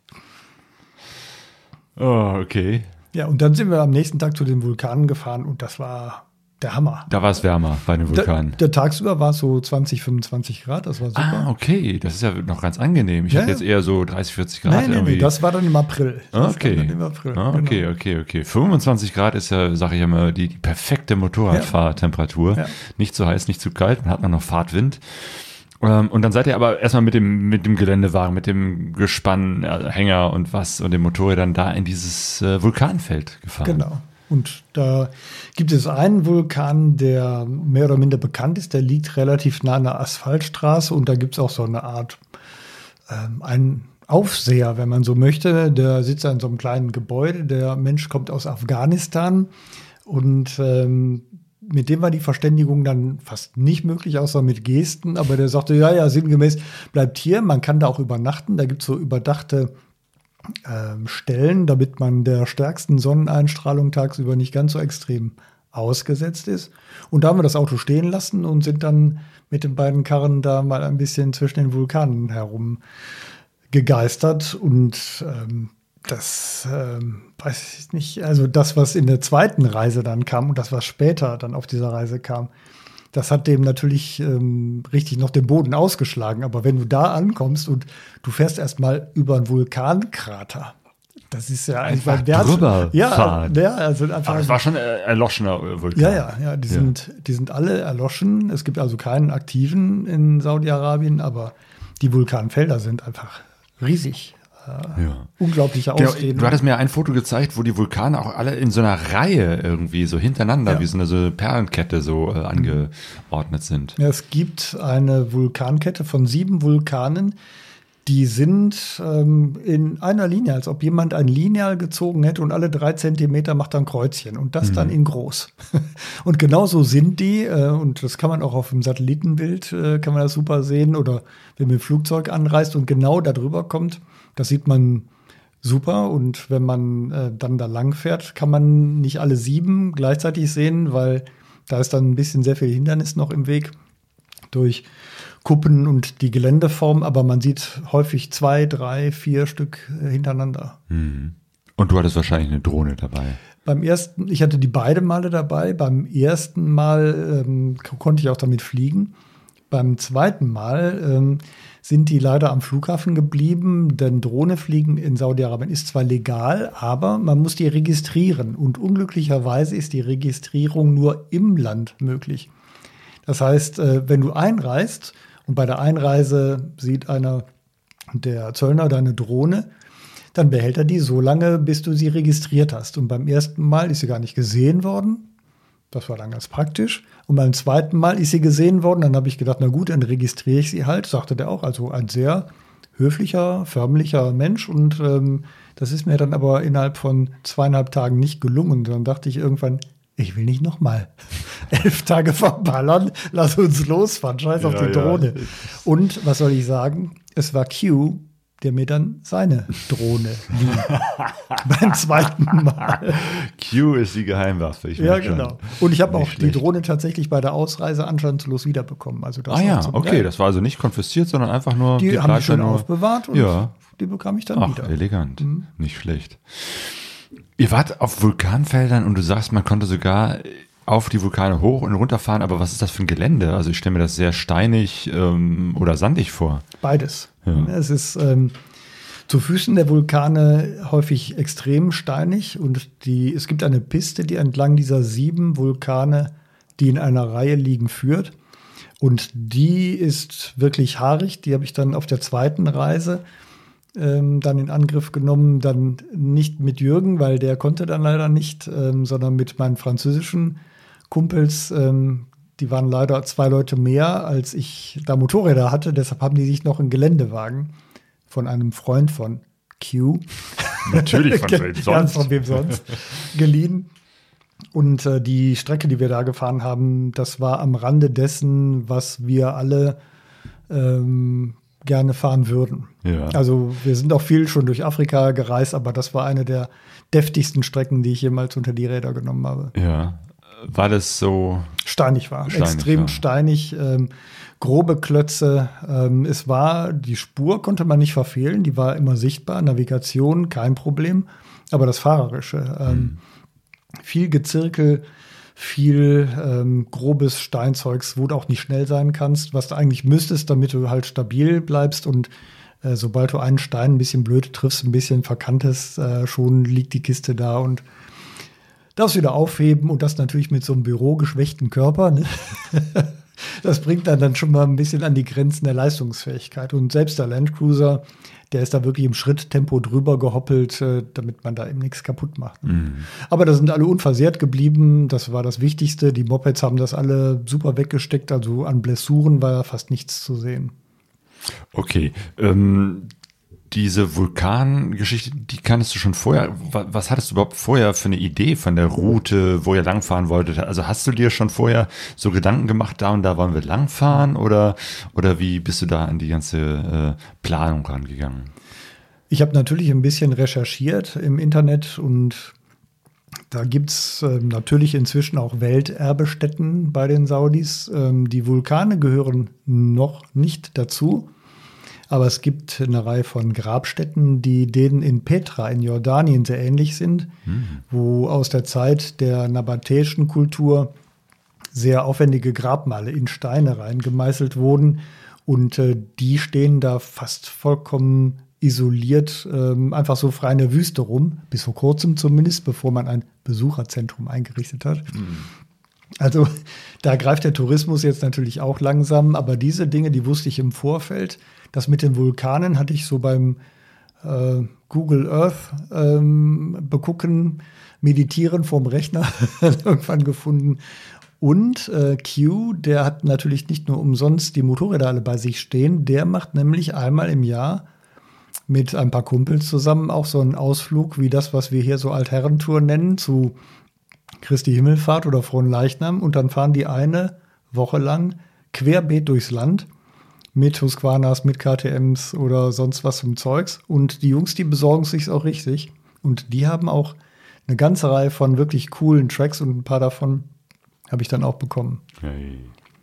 Oh, okay. Ja, und dann sind wir am nächsten Tag zu den Vulkanen gefahren und das war der Hammer. Da war es wärmer bei den Vulkanen. Der, der tagsüber war es so zwanzig, fünfundzwanzig Grad, das war super. Ah, okay, das ist ja noch ganz angenehm. Ich ja, hatte jetzt eher so dreißig, vierzig Grad. Nein, nein, irgendwie. Nee, das war dann im April. Das okay. Dann im April. Ah, okay, genau. okay, okay. fünfundzwanzig Grad ist ja, sage ich immer, die, die perfekte Motorradfahrtemperatur. Ja. Ja. Nicht zu heiß, nicht zu kalt, man hat noch Fahrtwind. Und dann seid ihr aber erstmal mit dem, mit dem Geländewagen, mit dem Gespann, Hänger und was und dem Motorrädern da in dieses äh, Vulkanfeld gefahren. Genau. Und da gibt es einen Vulkan, der mehr oder minder bekannt ist. Der liegt relativ nah an der Asphaltstraße und da gibt es auch so eine Art, ähm, einen Aufseher, wenn man so möchte. Der sitzt an so einem kleinen Gebäude. Der Mensch kommt aus Afghanistan und ähm, mit dem war die Verständigung dann fast nicht möglich, außer mit Gesten. Aber der sagte, ja, ja, sinngemäß, bleibt hier. Man kann da auch übernachten. Da gibt es so überdachte äh, Stellen, damit man der stärksten Sonneneinstrahlung tagsüber nicht ganz so extrem ausgesetzt ist. Und da haben wir das Auto stehen lassen und sind dann mit den beiden Karren da mal ein bisschen zwischen den Vulkanen herum gegeistert. Und ähm, das ähm, weiß ich nicht, also das, was in der zweiten Reise dann kam und das, was später dann auf dieser Reise kam, das hat dem natürlich ähm, richtig noch den Boden ausgeschlagen. Aber wenn du da ankommst und du fährst erstmal über einen Vulkankrater, das ist ja einfach der drüber hat, ja, fahren. Ja, also einfach. Aber es war schon ein erloschener Vulkan. Ja, ja, ja, die, ja. Sind, die sind alle erloschen. Es gibt also keinen aktiven in Saudi-Arabien, aber die Vulkanfelder sind einfach riesig. Ja. Unglaubliche Ausdehnung. Genau, du hattest mir ein Foto gezeigt, wo die Vulkane auch alle in so einer Reihe irgendwie so hintereinander, ja. wie so eine, so eine Perlenkette so äh, angeordnet sind. Ja, es gibt eine Vulkankette von sieben Vulkanen, die sind ähm, in einer Linie, als ob jemand ein Lineal gezogen hätte und alle drei Zentimeter macht dann Kreuzchen und das mhm. dann in groß. Und genauso sind die äh, und das kann man auch auf dem Satellitenbild, äh, kann man das super sehen oder wenn man mit dem Flugzeug anreist und genau da drüber kommt, das sieht man super und wenn man äh, dann da lang fährt, kann man nicht alle sieben gleichzeitig sehen, weil da ist dann ein bisschen sehr viel Hindernis noch im Weg durch Kuppen und die Geländeform, aber man sieht häufig zwei, drei, vier Stück äh, hintereinander. Mhm. Und du hattest wahrscheinlich eine Drohne dabei. Beim ersten, ich hatte die beide Male dabei. Beim ersten Mal ähm, konnte ich auch damit fliegen. Beim zweiten Mal ähm, sind die leider am Flughafen geblieben, denn Drohne fliegen in Saudi-Arabien ist zwar legal, aber man muss die registrieren. Und unglücklicherweise ist die Registrierung nur im Land möglich. Das heißt, äh, wenn du einreist und bei der Einreise sieht einer, der Zöllner, deine Drohne, dann behält er die so lange, bis du sie registriert hast. Und beim ersten Mal ist sie gar nicht gesehen worden. Das war dann ganz praktisch. Und beim zweiten Mal ist sie gesehen worden. Dann habe ich gedacht, na gut, dann registriere ich sie halt, sagte der auch. Also ein sehr höflicher, förmlicher Mensch. Und ähm, das ist mir dann aber innerhalb von zweieinhalb Tagen nicht gelungen. Und dann dachte ich irgendwann, ich will nicht nochmal elf Tage verballern. Lass uns losfahren. Scheiß auf ja, die Drohne. Ja. Und was soll ich sagen? Es war Q, der mir dann seine Drohne lieh. Beim zweiten Mal. Q ist die Geheimwaffe. Ich ja, genau. Schon. Und ich habe auch schlecht. Die Drohne tatsächlich bei der Ausreise anstandslos wiederbekommen. Also das ah ja, okay. Teil. Das war also nicht konfisziert, sondern einfach nur Die, die haben die schön nur aufbewahrt und ja. die bekam ich dann Ach, wieder. Elegant. Mhm. Nicht schlecht. Ihr wart auf Vulkanfeldern und du sagst, man konnte sogar auf die Vulkane hoch und runter fahren, aber was ist das für ein Gelände? Also ich stelle mir das sehr steinig ähm, oder sandig vor. Beides. Ja. Es ist ähm, zu Füßen der Vulkane häufig extrem steinig und die, es gibt eine Piste, die entlang dieser sieben Vulkane, die in einer Reihe liegen, führt. Und die ist wirklich haarig. Die habe ich dann auf der zweiten Reise ähm, dann in Angriff genommen. Dann nicht mit Jürgen, weil der konnte dann leider nicht, ähm, sondern mit meinen französischen Kumpels. Ähm, die waren leider zwei Leute mehr, als ich da Motorräder hatte. Deshalb haben die sich noch einen Geländewagen von einem Freund von Q. Natürlich, von wem sonst. Ja, von wem sonst. Geliehen. Und äh, die Strecke, die wir da gefahren haben, das war am Rande dessen, was wir alle ähm, gerne fahren würden. Ja. Also wir sind auch viel schon durch Afrika gereist, aber das war eine der deftigsten Strecken, die ich jemals unter die Räder genommen habe. Ja. War das so? Steinig war, steinig, extrem ja. steinig, ähm, grobe Klötze. Ähm, es war, die Spur konnte man nicht verfehlen, die war immer sichtbar, Navigation kein Problem, aber das Fahrerische, ähm, hm. viel Gezirkel, viel ähm, grobes Steinzeugs, wo du auch nicht schnell sein kannst, was du eigentlich müsstest, damit du halt stabil bleibst. Und äh, sobald du einen Stein ein bisschen blöd triffst, ein bisschen verkantest, äh, schon liegt die Kiste da und darfst wieder aufheben. Und das natürlich mit so einem bürogeschwächten Körper. Ne? Das bringt dann, dann schon mal ein bisschen an die Grenzen der Leistungsfähigkeit. Und selbst der Landcruiser, der ist da wirklich im Schritttempo drüber gehoppelt, äh, damit man da eben nichts kaputt macht. Mhm. Aber da sind alle unversehrt geblieben. Das war das Wichtigste. Die Mopeds haben das alle super weggesteckt. Also an Blessuren war fast nichts zu sehen. Okay. Ähm, diese Vulkangeschichte, die kanntest du schon vorher. Was, was hattest du überhaupt vorher für eine Idee von der Route, wo ihr langfahren wolltet? Also hast du dir schon vorher so Gedanken gemacht, da und da wollen wir langfahren? Oder, oder wie bist du da an die ganze äh, Planung rangegangen? Ich habe natürlich ein bisschen recherchiert im Internet und da gibt es äh, natürlich inzwischen auch Welterbestätten bei den Saudis. Ähm, die Vulkane gehören noch nicht dazu. Aber es gibt eine Reihe von Grabstätten, die denen in Petra in Jordanien sehr ähnlich sind, mhm. wo aus der Zeit der nabatäischen Kultur sehr aufwendige Grabmale in Steine reingemeißelt wurden. Und äh, die stehen da fast vollkommen isoliert, ähm, einfach so frei in der Wüste rum, bis vor kurzem zumindest, bevor man ein Besucherzentrum eingerichtet hat. Mhm. Also da greift der Tourismus jetzt natürlich auch langsam, aber diese Dinge, die wusste ich im Vorfeld. Das mit den Vulkanen hatte ich so beim äh, Google Earth ähm, begucken, meditieren vorm Rechner irgendwann gefunden. Und äh, Q, der hat natürlich nicht nur umsonst die Motorräder alle bei sich stehen, der macht nämlich einmal im Jahr mit ein paar Kumpels zusammen auch so einen Ausflug wie das, was wir hier so Altherrentour nennen, zu Christi Himmelfahrt oder Fronleichnam. Und dann fahren die eine Woche lang querbeet durchs Land mit Husqvarnas, mit K T Ms oder sonst was zum Zeugs. Und die Jungs, die besorgen sich's auch richtig. Und die haben auch eine ganze Reihe von wirklich coolen Tracks und ein paar davon habe ich dann auch bekommen. Hey.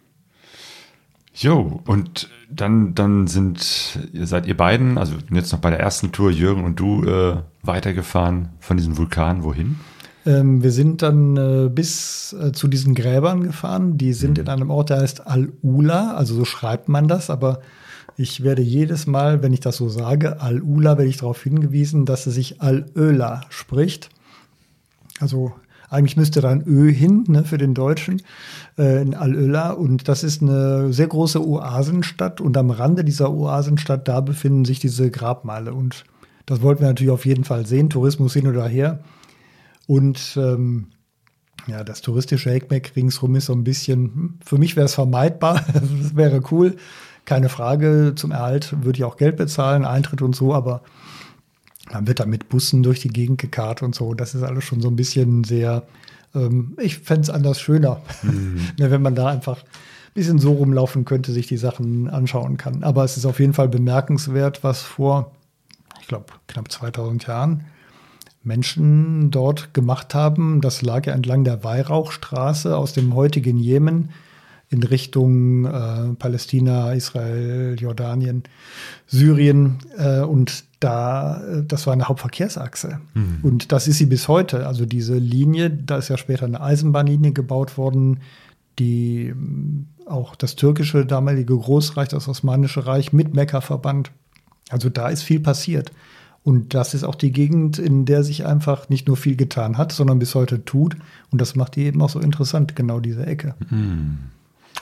Jo, und dann, dann sind, seid ihr beiden, also jetzt noch bei der ersten Tour, Jürgen und du, äh, weitergefahren von diesem Vulkan. Wohin? Ähm, wir sind dann äh, bis äh, zu diesen Gräbern gefahren. Die sind mhm. in einem Ort, der heißt Al-Ula, also so schreibt man das, aber ich werde jedes Mal, wenn ich das so sage, Al-Ula, werde ich darauf hingewiesen, dass es sich Al-Öla spricht. Also eigentlich müsste da ein Ö hin, ne, für den Deutschen, äh, in Al-Öla. Und das ist eine sehr große Oasenstadt. Und am Rande dieser Oasenstadt, da befinden sich diese Grabmale. Und das wollten wir natürlich auf jeden Fall sehen, Tourismus hin oder her. Und ähm, ja, das touristische Heckmeck ringsrum ist so ein bisschen, für mich wäre es vermeidbar, das wäre cool, keine Frage, zum Erhalt würde ich auch Geld bezahlen, Eintritt und so, aber man wird da mit Bussen durch die Gegend gekarrt und so, das ist alles schon so ein bisschen sehr, ähm, ich fände es anders schöner, mhm. wenn man da einfach ein bisschen so rumlaufen könnte, sich die Sachen anschauen kann. Aber es ist auf jeden Fall bemerkenswert, was vor, ich glaube, knapp zweitausend Jahren Menschen dort gemacht haben. Das lag ja entlang der Weihrauchstraße aus dem heutigen Jemen in Richtung äh, Palästina, Israel, Jordanien, Syrien. Äh, und da, das war eine Hauptverkehrsachse. Mhm. Und das ist sie bis heute. Also diese Linie, da ist ja später eine Eisenbahnlinie gebaut worden, die auch das türkische damalige Großreich, das Osmanische Reich mit Mekka verband. Also da ist viel passiert. Und das ist auch die Gegend, in der sich einfach nicht nur viel getan hat, sondern bis heute tut. Und das macht die eben auch so interessant, genau diese Ecke.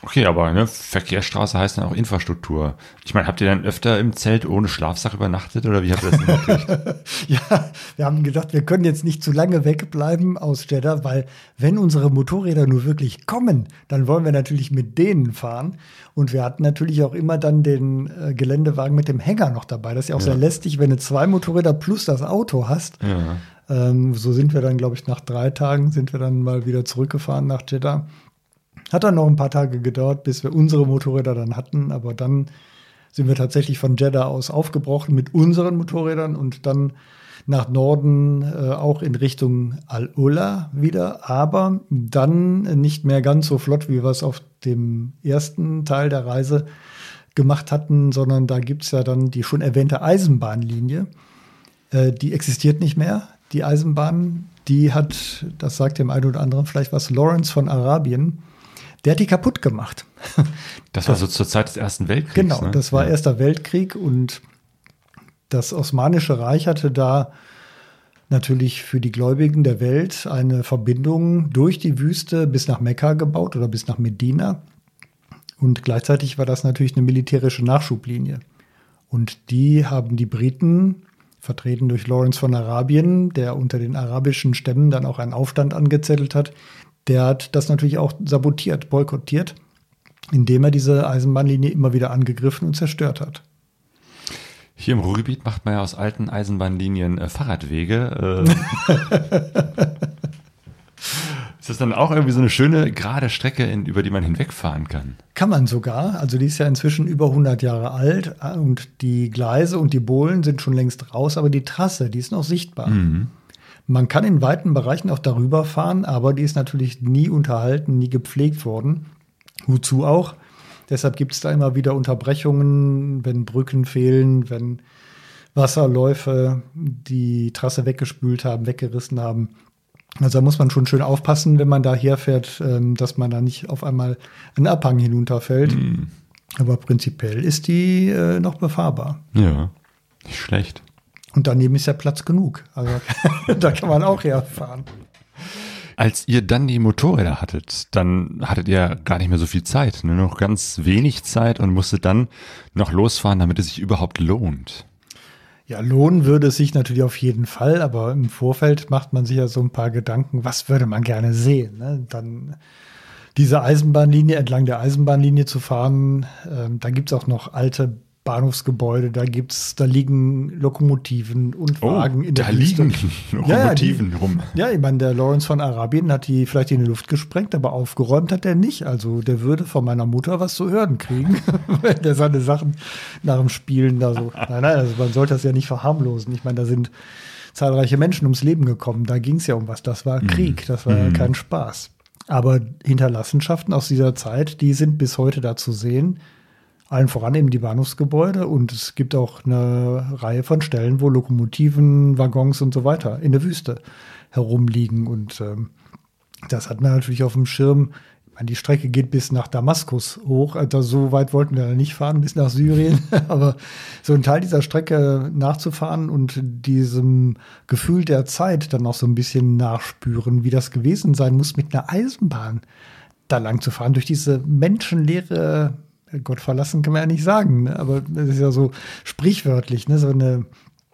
Okay, aber ne, Verkehrsstraße heißt dann auch Infrastruktur. Ich meine, habt ihr dann öfter im Zelt ohne Schlafsack übernachtet oder wie habt ihr das hingekriegt? Ja, wir haben gedacht, wir können jetzt nicht zu lange wegbleiben aus Jeddah, weil wenn unsere Motorräder nur wirklich kommen, dann wollen wir natürlich mit denen fahren. Und wir hatten natürlich auch immer dann den äh, Geländewagen mit dem Hänger noch dabei. Das ist ja auch ja. sehr lästig, wenn du zwei Motorräder plus das Auto hast. Ja. Ähm, so sind wir dann, glaube ich, nach drei Tagen sind wir dann mal wieder zurückgefahren nach Jeddah. Hat dann noch ein paar Tage gedauert, bis wir unsere Motorräder dann hatten. Aber dann sind wir tatsächlich von Jeddah aus aufgebrochen mit unseren Motorrädern und dann nach Norden, äh, auch in Richtung Al-Ula wieder. Aber dann nicht mehr ganz so flott, wie wir es auf dem ersten Teil der Reise gemacht hatten, sondern da gibt es ja dann die schon erwähnte Eisenbahnlinie. Äh, die existiert nicht mehr. Die Eisenbahn, die hat, das sagt dem einen oder anderen vielleicht was, Lawrence von Arabien, der hat die kaputt gemacht. Das war so zur Zeit des Ersten Weltkriegs. Genau, ne? das war ja. Erster Weltkrieg und das Osmanische Reich hatte da natürlich für die Gläubigen der Welt eine Verbindung durch die Wüste bis nach Mekka gebaut oder bis nach Medina. Und gleichzeitig war das natürlich eine militärische Nachschublinie. Und die haben die Briten, vertreten durch Lawrence von Arabien, der unter den arabischen Stämmen dann auch einen Aufstand angezettelt hat, der hat das natürlich auch sabotiert, boykottiert, indem er diese Eisenbahnlinie immer wieder angegriffen und zerstört hat. Hier im Ruhrgebiet macht man ja aus alten Eisenbahnlinien äh, Fahrradwege. Äh. Ist das dann auch irgendwie so eine schöne, gerade Strecke, in, über die man hinwegfahren kann? Kann man sogar. Also die ist ja inzwischen über hundert Jahre alt und die Gleise und die Bohlen sind schon längst raus, aber die Trasse, die ist noch sichtbar. Mhm. Man kann in weiten Bereichen auch darüber fahren, aber die ist natürlich nie unterhalten, nie gepflegt worden. Wozu auch? Deshalb gibt es da immer wieder Unterbrechungen, wenn Brücken fehlen, wenn Wasserläufe die Trasse weggespült haben, weggerissen haben. Also da muss man schon schön aufpassen, wenn man da herfährt, dass man da nicht auf einmal einen Abhang hinunterfällt. Mhm. Aber prinzipiell ist die äh, noch befahrbar. Ja, nicht schlecht. Und daneben ist ja Platz genug. Also da kann man auch herfahren. Als ihr dann die Motorräder hattet, dann hattet ihr gar nicht mehr so viel Zeit, nur noch ganz wenig Zeit und musstet dann noch losfahren, damit es sich überhaupt lohnt. Ja, lohnen würde es sich natürlich auf jeden Fall, aber im Vorfeld macht man sich ja so ein paar Gedanken, was würde man gerne sehen, ne? Dann diese Eisenbahnlinie, entlang der Eisenbahnlinie zu fahren, ähm, da gibt es auch noch alte Bahnhofsgebäude, da gibt's, da liegen Lokomotiven und Wagen oh, in der da Wüste. liegen Lokomotiven ja, ja, die, rum. Ja, ich meine, der Lawrence von Arabien hat die vielleicht in die Luft gesprengt, aber aufgeräumt hat er nicht. Also der würde von meiner Mutter was zu hören kriegen, wenn der seine Sachen nach dem Spielen da so. Nein, nein, also man sollte das ja nicht verharmlosen. Ich meine, da sind zahlreiche Menschen ums Leben gekommen. Da ging es ja um was. Das war Krieg, das war mm. kein Spaß. Aber Hinterlassenschaften aus dieser Zeit, die sind bis heute da zu sehen. Allen voran eben die Bahnhofsgebäude und es gibt auch eine Reihe von Stellen, wo Lokomotiven, Waggons und so weiter in der Wüste herumliegen und ähm, das hat man natürlich auf dem Schirm. Ich meine, die Strecke geht bis nach Damaskus hoch, also so weit wollten wir da nicht fahren, bis nach Syrien, aber so einen Teil dieser Strecke nachzufahren und diesem Gefühl der Zeit dann auch so ein bisschen nachspüren, wie das gewesen sein muss, mit einer Eisenbahn da lang zu fahren, durch diese menschenleere Gott verlassen kann man ja nicht sagen, ne? Aber das ist ja so sprichwörtlich, ne? So eine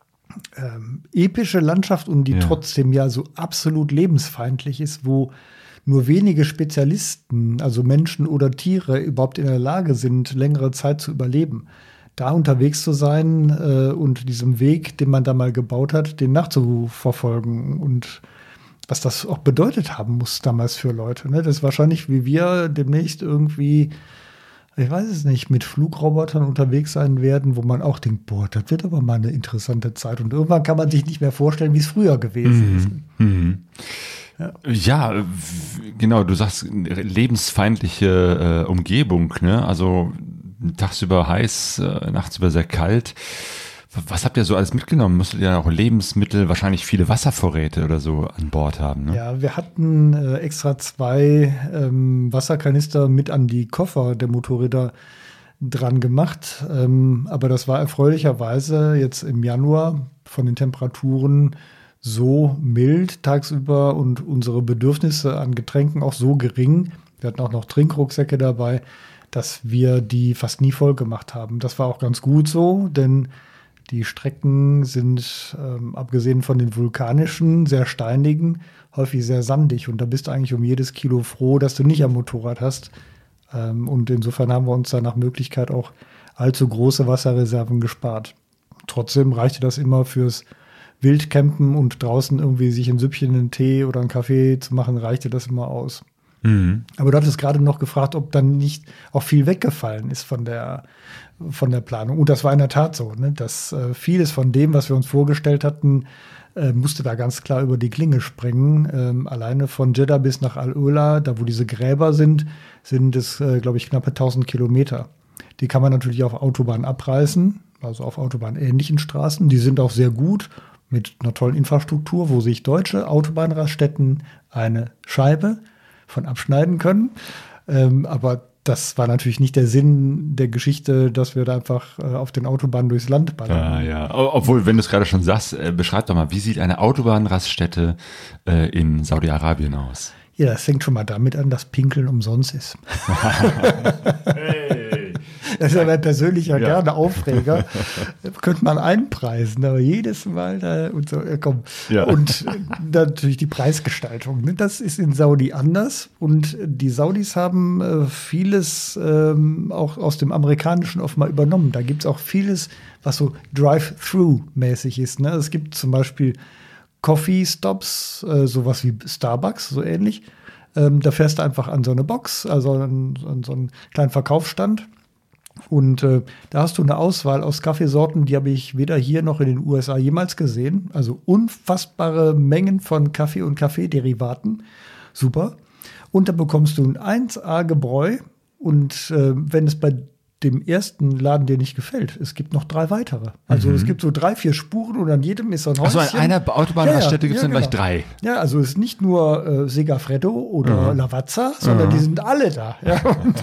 ähm, epische Landschaft und die ja. trotzdem ja so absolut lebensfeindlich ist, wo nur wenige Spezialisten, also Menschen oder Tiere, überhaupt in der Lage sind, längere Zeit zu überleben. Da unterwegs zu sein äh, und diesem Weg, den man da mal gebaut hat, den nachzuverfolgen und was das auch bedeutet haben muss damals für Leute. Ne? Das ist wahrscheinlich, wie wir demnächst irgendwie ich weiß es nicht, mit Flugrobotern unterwegs sein werden, wo man auch denkt, boah, das wird aber mal eine interessante Zeit. Und irgendwann kann man sich nicht mehr vorstellen, wie es früher gewesen ist. Mhm. Ja. ja, genau, du sagst lebensfeindliche äh, Umgebung, ne? Also tagsüber heiß, äh, nachts über sehr kalt. Was habt ihr so alles mitgenommen? Musstet ihr auch Lebensmittel, wahrscheinlich viele Wasservorräte oder so an Bord haben? Ne? Ja, wir hatten äh, extra zwei ähm, Wasserkanister mit an die Koffer der Motorräder dran gemacht. Ähm, aber das war erfreulicherweise jetzt im Januar von den Temperaturen so mild tagsüber und unsere Bedürfnisse an Getränken auch so gering. Wir hatten auch noch Trinkrucksäcke dabei, dass wir die fast nie voll gemacht haben. Das war auch ganz gut so, denn die Strecken sind, ähm, abgesehen von den vulkanischen, sehr steinigen, häufig sehr sandig. Und da bist du eigentlich um jedes Kilo froh, dass du nicht am Motorrad hast. Ähm, und insofern haben wir uns da nach Möglichkeit auch allzu große Wasserreserven gespart. Trotzdem reichte das immer fürs Wildcampen und draußen irgendwie sich ein Süppchen, einen Tee oder einen Kaffee zu machen, reichte das immer aus. Mhm. Aber du hattest gerade noch gefragt, ob dann nicht auch viel weggefallen ist von der, von der Planung. Und das war in der Tat so, ne? Dass äh, vieles von dem, was wir uns vorgestellt hatten, äh, musste da ganz klar über die Klinge springen. Ähm, alleine von Jeddah bis nach Al-Ula, da wo diese Gräber sind, sind es, äh, glaube ich, knappe tausend Kilometer. Die kann man natürlich auf Autobahn abreißen, also auf autobahnähnlichen Straßen. Die sind auch sehr gut mit einer tollen Infrastruktur, wo sich deutsche Autobahnraststätten eine Scheibe von abschneiden können. Ähm, aber das war natürlich nicht der Sinn der Geschichte, dass wir da einfach äh, auf den Autobahnen durchs Land ballern. Ja, ja. Obwohl, wenn du es gerade schon sagst, äh, beschreib doch mal, wie sieht eine Autobahnraststätte äh, in Saudi-Arabien aus? Ja, das fängt schon mal damit an, dass Pinkeln umsonst ist. Hey. Das ist ja mein persönlicher ja. gerne Aufreger. Könnte man einpreisen, aber jedes Mal da und so, ja, komm. Ja. Und natürlich die Preisgestaltung. Ne? Das ist in Saudi anders. Und die Saudis haben äh, vieles ähm, auch aus dem Amerikanischen oft mal übernommen. Da gibt es auch vieles, was so Drive-Thru-mäßig ist. Ne? Es gibt zum Beispiel Coffee-Stops, äh, sowas wie Starbucks, so ähnlich. Ähm, da fährst du einfach an so eine Box, also an, an so einen kleinen Verkaufsstand. Und äh, da hast du eine Auswahl aus Kaffeesorten, die habe ich weder hier noch in den U S A jemals gesehen. Also unfassbare Mengen von Kaffee und Kaffeederivaten. Super. Und da bekommst du ein eins A Gebräu. Und äh, wenn es bei dem ersten Laden dir nicht gefällt, es gibt noch drei weitere. Also mhm. es gibt so drei, vier Spuren und an jedem ist so ein Häuschen. Also an einer Autobahnraststätte ja, ja, gibt es ja, dann genau. gleich drei. Ja, also es ist nicht nur äh, Segafredo oder mhm. Lavazza, sondern mhm. die sind alle da. Ja, und,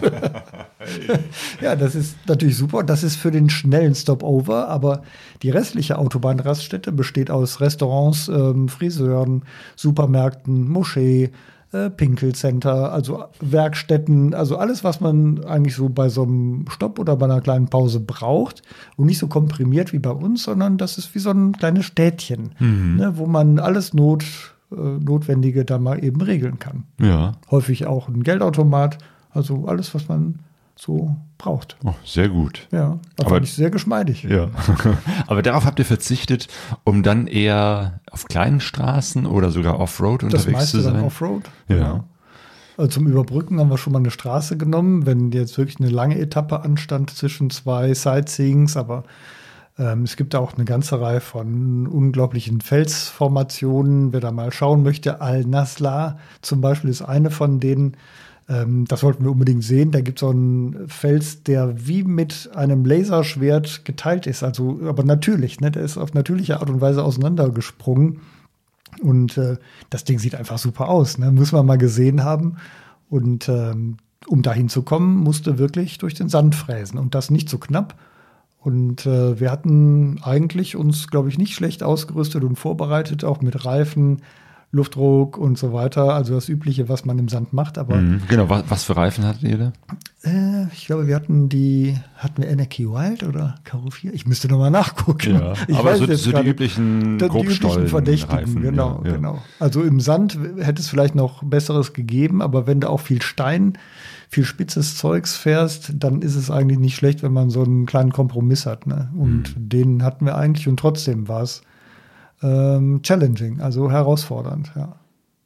ja, das ist natürlich super. Das ist für den schnellen Stopover, aber die restliche Autobahnraststätte besteht aus Restaurants, ähm, Friseuren, Supermärkten, Moschee, Pinkelcenter, also Werkstätten, also alles, was man eigentlich so bei so einem Stopp oder bei einer kleinen Pause braucht und nicht so komprimiert wie bei uns, sondern das ist wie so ein kleines Städtchen, mhm. ne, wo man alles Not, äh, Notwendige da mal eben regeln kann. Ja. Häufig auch ein Geldautomat, also alles, was man so braucht. Oh, sehr gut. Ja, das fand ich sehr geschmeidig. Ja. Aber darauf habt ihr verzichtet, um dann eher auf kleinen Straßen oder sogar Offroad unterwegs zu sein? Das meiste dann Offroad. Ja. ja. Also zum Überbrücken haben wir schon mal eine Straße genommen, wenn jetzt wirklich eine lange Etappe anstand zwischen zwei Sightseeings, aber ähm, es gibt auch eine ganze Reihe von unglaublichen Felsformationen. Wer da mal schauen möchte, Al-Nasla zum Beispiel ist eine von denen. Das sollten wir unbedingt sehen. Da gibt es so einen Fels, der wie mit einem Laserschwert geteilt ist. Also, aber natürlich, ne? Der ist auf natürliche Art und Weise auseinandergesprungen. Und äh, das Ding sieht einfach super aus. Ne? Müssen wir mal gesehen haben. Und ähm, um dahin zu kommen, musste wirklich durch den Sand fräsen. Und das nicht so knapp. Und äh, wir hatten eigentlich uns, glaube ich, nicht schlecht ausgerüstet und vorbereitet, auch mit Reifen, Luftdruck und so weiter, also das Übliche, was man im Sand macht. Aber mhm, genau, was, was für Reifen hattet ihr da? Äh, ich glaube, wir hatten die, hatten wir Energy Wild oder Karo vier? Ich müsste nochmal nachgucken. Ja, ich aber weiß so, jetzt so grade, die üblichen die üblichen Verdächtigen, Reifen, genau, ja, ja. genau. Also im Sand hätte es vielleicht noch Besseres gegeben, aber wenn du auch viel Stein, viel spitzes Zeugs fährst, dann ist es eigentlich nicht schlecht, wenn man so einen kleinen Kompromiss hat. Ne? Und mhm. den hatten wir eigentlich und trotzdem war es ähm, challenging, also herausfordernd, ja.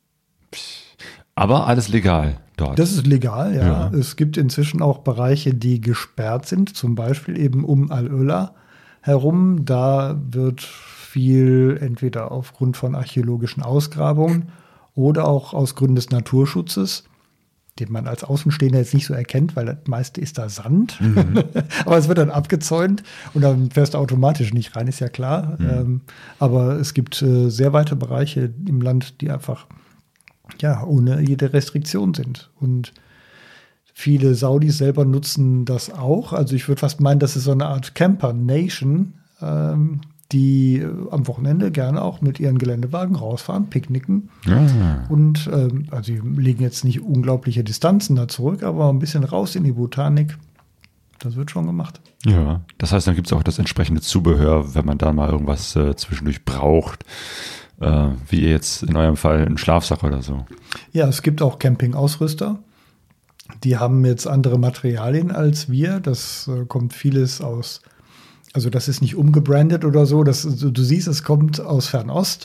Aber alles legal dort. Das ist legal, ja. ja. Es gibt inzwischen auch Bereiche, die gesperrt sind, zum Beispiel eben um Al-Ula herum. Da wird viel entweder aufgrund von archäologischen Ausgrabungen oder auch aus Gründen des Naturschutzes, den man als Außenstehender jetzt nicht so erkennt, weil das meiste ist da Sand. Mhm. Aber es wird dann abgezäunt und dann fährst du automatisch nicht rein, ist ja klar. Mhm. Ähm, aber es gibt äh, sehr weite Bereiche im Land, die einfach ja, ohne jede Restriktion sind. Und viele Saudis selber nutzen das auch. Also ich würde fast meinen, das ist so eine Art Camper-Nation. Ähm, die äh, am Wochenende gerne auch mit ihren Geländewagen rausfahren, picknicken. Ah. Und ähm, also sie legen jetzt nicht unglaubliche Distanzen da zurück, aber ein bisschen raus in die Botanik. Das wird schon gemacht. Ja, das heißt, dann gibt es auch das entsprechende Zubehör, wenn man da mal irgendwas äh, zwischendurch braucht, äh, wie ihr jetzt in eurem Fall einen Schlafsack oder so. Ja, es gibt auch Campingausrüster. Die haben jetzt andere Materialien als wir. Das äh, kommt vieles aus, also das ist nicht umgebrandet oder so. Das, du, du siehst, es kommt aus Fernost.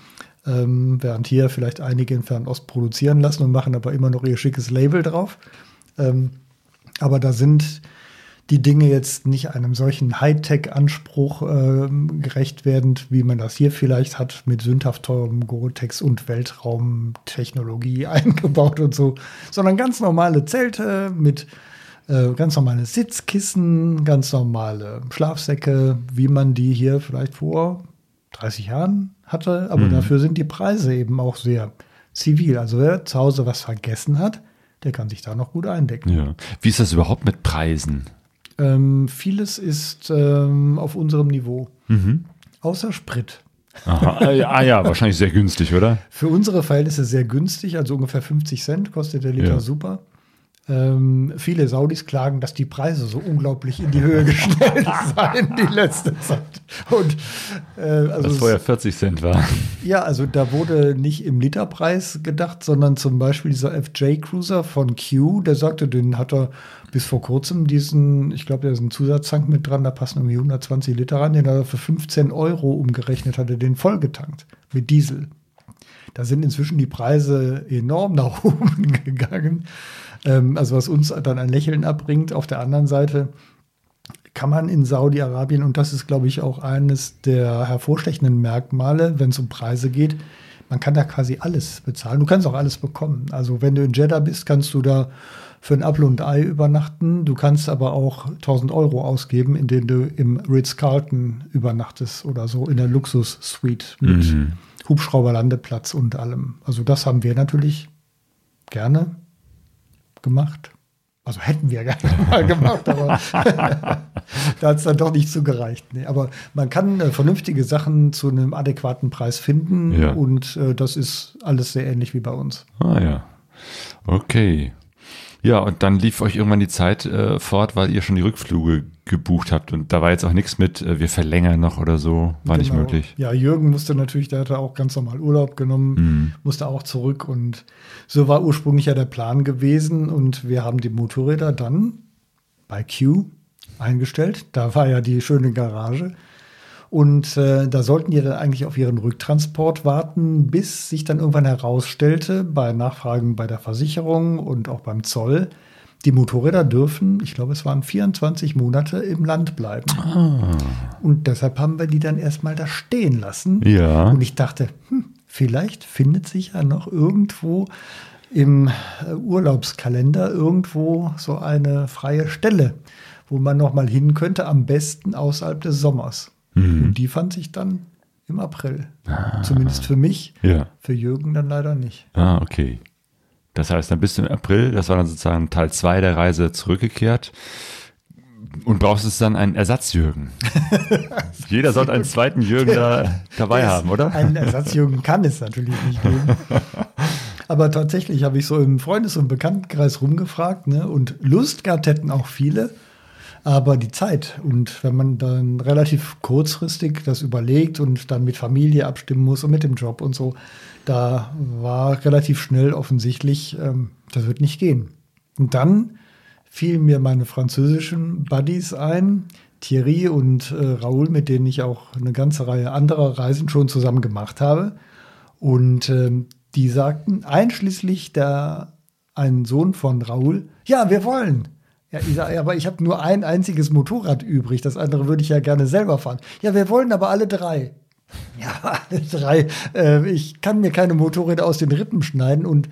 Ähm, während hier vielleicht einige in Fernost produzieren lassen und machen aber immer noch ihr schickes Label drauf. Ähm, aber da sind die Dinge jetzt nicht einem solchen Hightech-Anspruch äh, gerecht werdend, wie man das hier vielleicht hat, mit sündhaft teurem Gore-Tex und Weltraumtechnologie eingebaut und so, sondern ganz normale Zelte mit äh, ganz normale Sitzkissen, ganz normale Schlafsäcke, wie man die hier vielleicht vor dreißig Jahren hatte. Aber mhm. dafür sind die Preise eben auch sehr zivil. Also wer zu Hause was vergessen hat, der kann sich da noch gut eindecken. Ja. Wie ist das überhaupt mit Preisen? Ähm, vieles ist ähm, auf unserem Niveau. Mhm. Außer Sprit. Aha. Ah, ja, ah ja, wahrscheinlich sehr günstig, oder? Für unsere Verhältnisse sehr günstig, also ungefähr fünfzig Cent kostet der Liter Ja. super. Ähm, viele Saudis klagen, dass die Preise so unglaublich in die Höhe geschnellt seien die letzte Zeit. Und, äh, also Was es- vorher vierzig Cent war. Ja, also da wurde nicht im Literpreis gedacht, sondern zum Beispiel dieser F J Cruiser von Q, der sagte, den hat er bis vor kurzem diesen, ich glaube, da ist ein Zusatztank mit dran, da passen irgendwie hundertzwanzig Liter rein, den hat er für fünfzehn Euro umgerechnet, hat er den vollgetankt mit Diesel. Da sind inzwischen die Preise enorm nach oben gegangen. Ähm, also was uns dann ein Lächeln abbringt. Auf der anderen Seite kann man in Saudi-Arabien, und das ist, glaube ich, auch eines der hervorstechenden Merkmale, wenn es um Preise geht, man kann da quasi alles bezahlen. Du kannst auch alles bekommen. Also wenn du in Jeddah bist, kannst du da für ein Apfel und Ei übernachten. Du kannst aber auch tausend Euro ausgeben, indem du im Ritz-Carlton übernachtest oder so in der Luxus-Suite mit Mhm. Hubschrauberlandeplatz und allem. Also das haben wir natürlich gerne gemacht. Also hätten wir gerne mal gemacht, aber da hat es dann doch nicht so gereicht. Nee, aber man kann äh, vernünftige Sachen zu einem adäquaten Preis finden Ja. und äh, das ist alles sehr ähnlich wie bei uns. Ah ja, okay. Ja, und dann lief euch irgendwann die Zeit äh, fort, weil ihr schon die Rückflüge gebucht habt. Und da war jetzt auch nichts mit, äh, wir verlängern noch oder so. War nicht Genau. möglich. Ja, Jürgen musste natürlich, der hatte auch ganz normal Urlaub genommen, Mhm. musste auch zurück und so war ursprünglich ja der Plan gewesen und wir haben die Motorräder dann bei Q eingestellt. Da war ja die schöne Garage. Und äh, da sollten die dann eigentlich auf ihren Rücktransport warten, bis sich dann irgendwann herausstellte, bei Nachfragen bei der Versicherung und auch beim Zoll, die Motorräder dürfen, ich glaube, es waren vierundzwanzig Monate im Land bleiben. Ah. Und deshalb haben wir die dann erstmal da stehen lassen. Ja. Und ich dachte, hm, vielleicht findet sich ja noch irgendwo im äh, Urlaubskalender irgendwo so eine freie Stelle, wo man noch mal hin könnte, am besten außerhalb des Sommers. Mhm. Und die fand sich dann im April. Zumindest für mich, Ja. für Jürgen dann leider nicht. Ah, okay. Das heißt, dann bist du im April, das war dann sozusagen Teil zwei der Reise, zurückgekehrt und brauchst es dann einen Ersatz-Jürgen. Jeder sollte einen zweiten Jürgen da dabei haben, oder? Einen Ersatzjürgen kann es natürlich nicht geben. Aber tatsächlich habe ich so im Freundes- und Bekanntenkreis rumgefragt, ne? Und Lust gehabt hätten auch viele. Aber die Zeit und wenn man dann relativ kurzfristig das überlegt und dann mit Familie abstimmen muss und mit dem Job und so, da war relativ schnell offensichtlich, ähm, das wird nicht gehen. Und dann fielen mir meine französischen Buddies ein, Thierry und äh, Raoul, mit denen ich auch eine ganze Reihe anderer Reisen schon zusammen gemacht habe. Und ähm, die sagten, einschließlich der ein Sohn von Raoul, ja, wir wollen. Ja, ich sage, aber ich habe nur ein einziges Motorrad übrig. Das andere würde ich ja gerne selber fahren. Ja, wir wollen aber alle drei. Ja, alle drei. Äh, ich kann mir keine Motorräder aus den Rippen schneiden und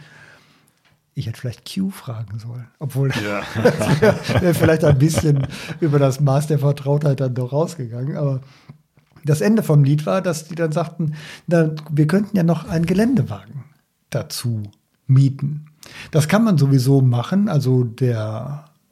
ich hätte vielleicht Q fragen sollen. Obwohl, Ja. das wäre wär vielleicht ein bisschen über das Maß der Vertrautheit dann doch rausgegangen. Aber das Ende vom Lied war, dass die dann sagten, na, wir könnten ja noch einen Geländewagen dazu mieten. Das kann man sowieso machen. Also der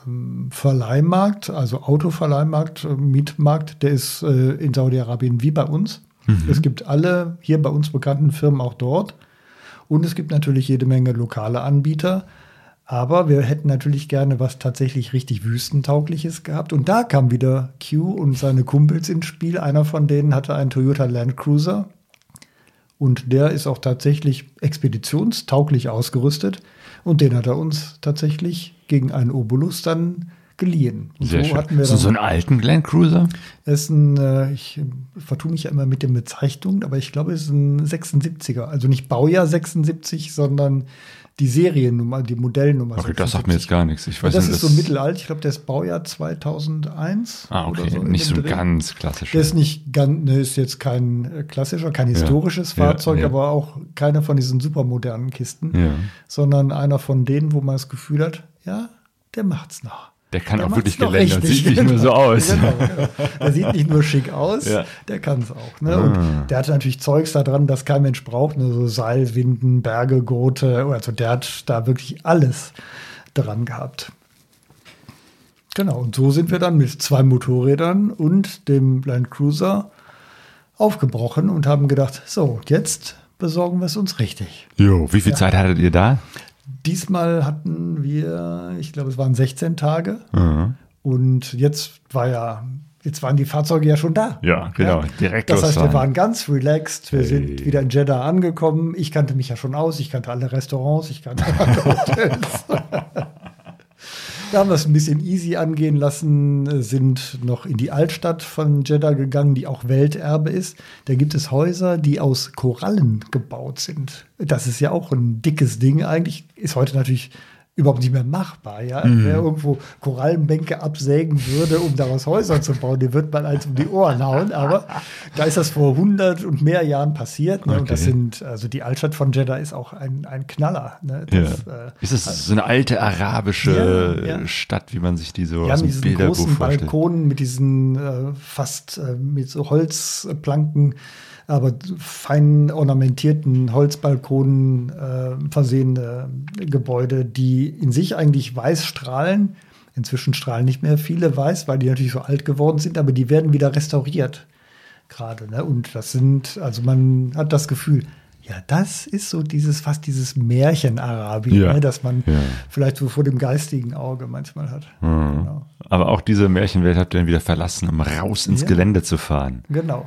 ähm, Verleihmarkt, also Autoverleihmarkt, äh, Mietmarkt, der ist äh, in Saudi-Arabien wie bei uns. Mhm. Es gibt alle hier bei uns bekannten Firmen auch dort. Und es gibt natürlich jede Menge lokale Anbieter. Aber wir hätten natürlich gerne was tatsächlich richtig Wüstentaugliches gehabt. Und da kam wieder Q und seine Kumpels ins Spiel. Einer von denen hatte einen Toyota Land Cruiser. Und der ist auch tatsächlich expeditionstauglich ausgerüstet. Und den hat er uns tatsächlich gegen einen Obolus dann geliehen. Und Sehr so schön. hatten wir Ist das so einen alten Land Cruiser? Es ist ein, äh, ich vertue mich ja immer mit den Bezeichnungen, aber ich glaube, es ist ein sechsundsiebziger. Also nicht Baujahr sechsundsiebzig, sondern die Seriennummer, die Modellnummer. Okay, das sagt mir jetzt gar nichts. Ich weiß das nicht, ist so mittelalt. Ich glaube, der ist Baujahr zweitausendeins. Ah, okay. Oder so Nicht so ein Dreh. ganz klassischer. Der ist nicht ganz, ne, ist jetzt kein äh, klassischer, kein historisches Ja, Fahrzeug, ja, ja. aber auch keiner von diesen supermodernen Kisten, Ja. sondern einer von denen, wo man das Gefühl hat, ja, der macht's noch. Der kann Der auch wirklich macht's noch Gelände und richtig. sieht nicht nur so aus. Genau, genau. Der sieht nicht nur schick aus, Ja. der kann es auch. Ne? Und der hatte natürlich Zeugs da dran, das kein Mensch braucht. Ne? So Seilwinden, Berge, Gurte. Also der hat da wirklich alles dran gehabt. Genau, und so sind wir dann mit zwei Motorrädern und dem Land Cruiser aufgebrochen und haben gedacht, so, jetzt besorgen wir es uns richtig. Jo, wie viel Ja. Zeit hattet ihr da? Diesmal hatten wir, ich glaube, es waren sechzehn Tage. Mhm. Und jetzt war ja, jetzt waren die Fahrzeuge ja schon da. Ja, genau, direkt Das heißt, wir losfahren. waren ganz relaxed. Wir Hey. sind wieder in Jeddah angekommen. Ich kannte mich ja schon aus. Ich kannte alle Restaurants. Ich kannte alle Hotels. Da haben wir es ein bisschen easy angehen lassen, sind noch in die Altstadt von Jeddah gegangen, die auch Welterbe ist. Da gibt es Häuser, die aus Korallen gebaut sind. Das ist ja auch ein dickes Ding. Eigentlich ist heute natürlich überhaupt nicht mehr machbar. Ja? Mhm. Wer irgendwo Korallenbänke absägen würde, um daraus Häuser zu bauen, den wird man eins um die Ohren hauen. Aber da ist das vor hundert und mehr Jahren passiert. Ne? Okay. Und das sind, also die Altstadt von Jeddah ist auch ein, ein Knaller. Ne? Das, Ja. äh, Ist es so eine alte arabische Ja, ja. Stadt, wie man sich die so Ja, aus mit dem diesen Bilderbuch großen vorstellt? Balkonen, mit diesen äh, fast äh, mit so Holzplanken, aber fein ornamentierten Holzbalkonen äh, versehene Gebäude, die in sich eigentlich weiß strahlen. Inzwischen strahlen nicht mehr viele weiß, weil die natürlich so alt geworden sind, aber die werden wieder restauriert gerade. Ne? Und das sind, also man hat das Gefühl, ja, das ist so dieses, fast dieses Märchen-Arabien, Ja. ne, das man Ja. vielleicht so vor dem geistigen Auge manchmal hat. Mhm. Genau. Aber auch diese Märchenwelt habt ihr dann wieder verlassen, um raus ins Ja. Gelände zu fahren. Genau.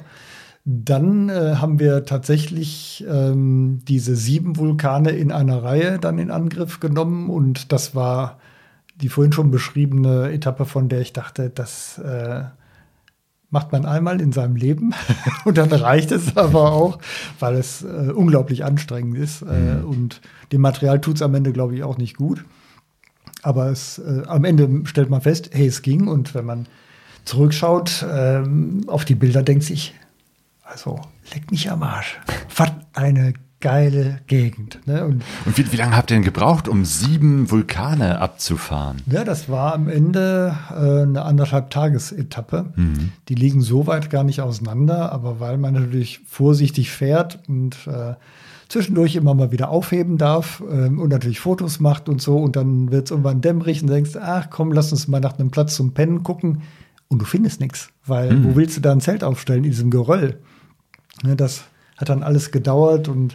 Dann äh, haben wir tatsächlich ähm, diese sieben Vulkane in einer Reihe dann in Angriff genommen. Und das war die vorhin schon beschriebene Etappe, von der ich dachte, das äh, macht man einmal in seinem Leben. Und dann reicht es aber auch, weil es äh, unglaublich anstrengend ist. Äh, und dem Material tut es am Ende, glaube ich, auch nicht gut. Aber es, äh, am Ende stellt man fest, hey, es ging. Und wenn man zurückschaut ähm, auf die Bilder, denkt sich, also, leck mich am Arsch. Was eine geile Gegend. Ne? Und Und wie, wie lange habt ihr denn gebraucht, um sieben Vulkane abzufahren? ja, das war am Ende äh, eine anderthalb Tagesetappe. Mhm. Die liegen so weit gar nicht auseinander, aber weil man natürlich vorsichtig fährt und äh, zwischendurch immer mal wieder aufheben darf ähm, und natürlich Fotos macht und so, und dann wird es irgendwann dämmerig und denkst, ach komm, lass uns mal nach einem Platz zum Pennen gucken, und du findest nichts, weil Mhm. wo willst du da ein Zelt aufstellen in diesem Geröll? Ne, das hat dann alles gedauert und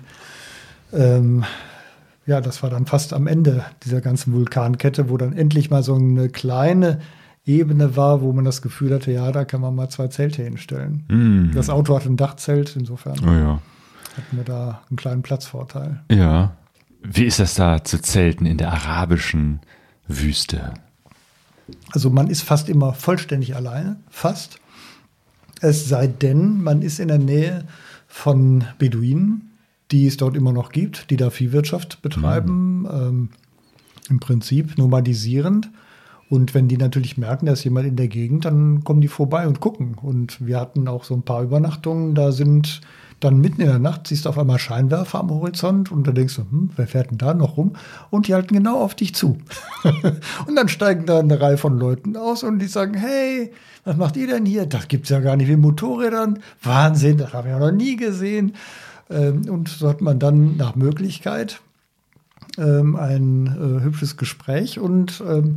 ähm, ja, das war dann fast am Ende dieser ganzen Vulkankette, wo dann endlich mal so eine kleine Ebene war, wo man das Gefühl hatte, ja, da kann man mal zwei Zelte hinstellen. Mhm. Das Auto hatte ein Dachzelt, insofern Oh ja. hatten wir da einen kleinen Platzvorteil. Ja. Wie ist das da zu zelten in der arabischen Wüste? Also man ist fast immer vollständig alleine, fast. Es sei denn, man ist in der Nähe von Beduinen, die es dort immer noch gibt, die da Viehwirtschaft betreiben, mhm. ähm, im Prinzip nomadisierend. Und wenn die natürlich merken, da ist jemand in der Gegend, dann kommen die vorbei und gucken. Und wir hatten auch so ein paar Übernachtungen, da sind dann mitten in der Nacht, siehst du auf einmal Scheinwerfer am Horizont und da denkst du, hm, wer fährt denn da noch rum? Und die halten genau auf dich zu. Und dann steigen da eine Reihe von Leuten aus und die sagen, hey, was macht ihr denn hier? Das gibt's ja gar nicht wie Motorrädern. Wahnsinn, das habe ich ja noch nie gesehen. Und so hat man dann nach Möglichkeit ein hübsches Gespräch und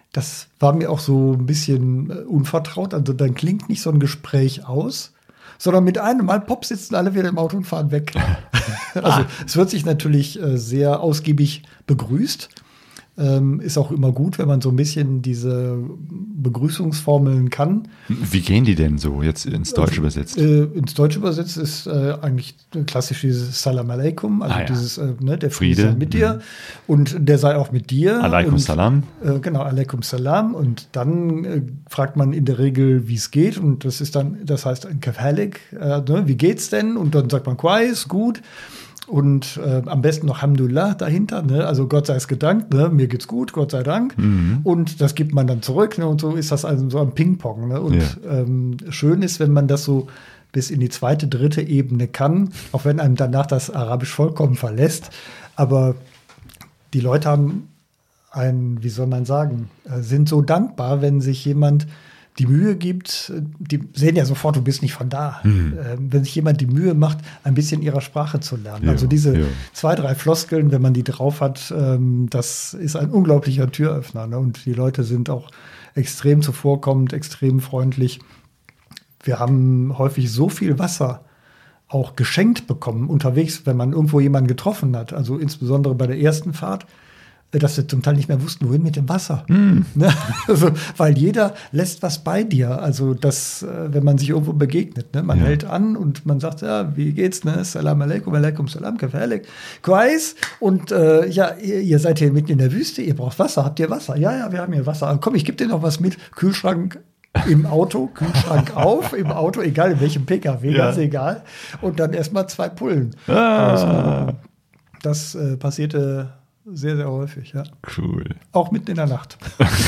das war mir auch so ein bisschen äh, unvertraut. Also dann klingt nicht so ein Gespräch aus, sondern mit einem Mal, pop, sitzen alle wieder im Auto und fahren weg. Also es wird sich natürlich äh, sehr ausgiebig begrüßt. Ähm, ist auch immer gut, wenn man so ein bisschen diese Begrüßungsformeln kann. Wie gehen die denn so jetzt ins Deutsche also, übersetzt? Äh, ins Deutsche übersetzt ist äh, eigentlich klassisch dieses Salam Aleikum, also ah, ja. dieses, äh, ne, der Friede sei mit dir mhm. und der sei auch mit dir. Alaikum und, Salam. Äh, genau, Alaikum Salam. Und dann äh, fragt man in der Regel, wie es geht. Und das ist dann, das heißt ein Kafalik, äh, ne, wie geht's denn? Und dann sagt man, Quais, gut. Und äh, am besten noch Hamdulillah dahinter, ne? Also Gott sei es gedankt, ne? Mir geht's gut, Gott sei Dank. Mhm. Und das gibt man dann zurück, ne? Und so ist das also so ein Ping-Pong. Ne? Und ja. ähm, schön ist, wenn man das so bis in die zweite, dritte Ebene kann, auch wenn einem danach das Arabisch vollkommen verlässt. Aber die Leute haben ein, wie soll man sagen, sind so dankbar, wenn sich jemand die Mühe gibt, die sehen ja sofort, du bist nicht von da. Mhm. Äh, wenn sich jemand die Mühe macht, ein bisschen ihrer Sprache zu lernen. Ja, also diese ja. zwei, drei Floskeln, wenn man die drauf hat, ähm, das ist ein unglaublicher Türöffner. Ne? Und die Leute sind auch extrem zuvorkommend, extrem freundlich. Wir haben häufig so viel Wasser auch geschenkt bekommen unterwegs, wenn man irgendwo jemanden getroffen hat. Also insbesondere bei der ersten Fahrt, dass wir zum Teil nicht mehr wussten, wohin mit dem Wasser. Mm. Ne? Also, weil jeder lässt was bei dir. Also, das, wenn man sich irgendwo begegnet, ne? Man ja. hält an und man sagt, ja, wie geht's, ne? Salam alaikum, alaikum salam, kafalik, Quais. Und äh, ja, ihr, ihr seid hier mitten in der Wüste, ihr braucht Wasser. Habt ihr Wasser? Ja, ja, wir haben hier Wasser. Aber komm, ich gebe dir noch was mit. Kühlschrank im Auto, Kühlschrank auf, im Auto, egal in welchem P K W, ja. ganz egal. Und dann erstmal zwei Pullen. Ah. Also, das äh, passierte sehr, sehr häufig, ja. Cool. Auch mitten in der Nacht.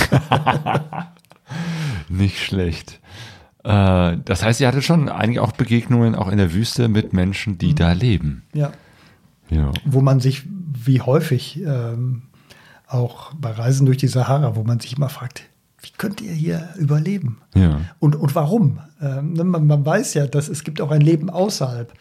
Nicht schlecht. Äh, das heißt, ihr hattet schon einige auch Begegnungen auch in der Wüste mit Menschen, die mhm. da leben. Ja. ja. Wo man sich, wie häufig, ähm, auch bei Reisen durch die Sahara, wo man sich immer fragt, wie könnt ihr hier überleben? Ja. Und, und warum? Ähm, man, man weiß ja, dass es gibt auch ein Leben außerhalb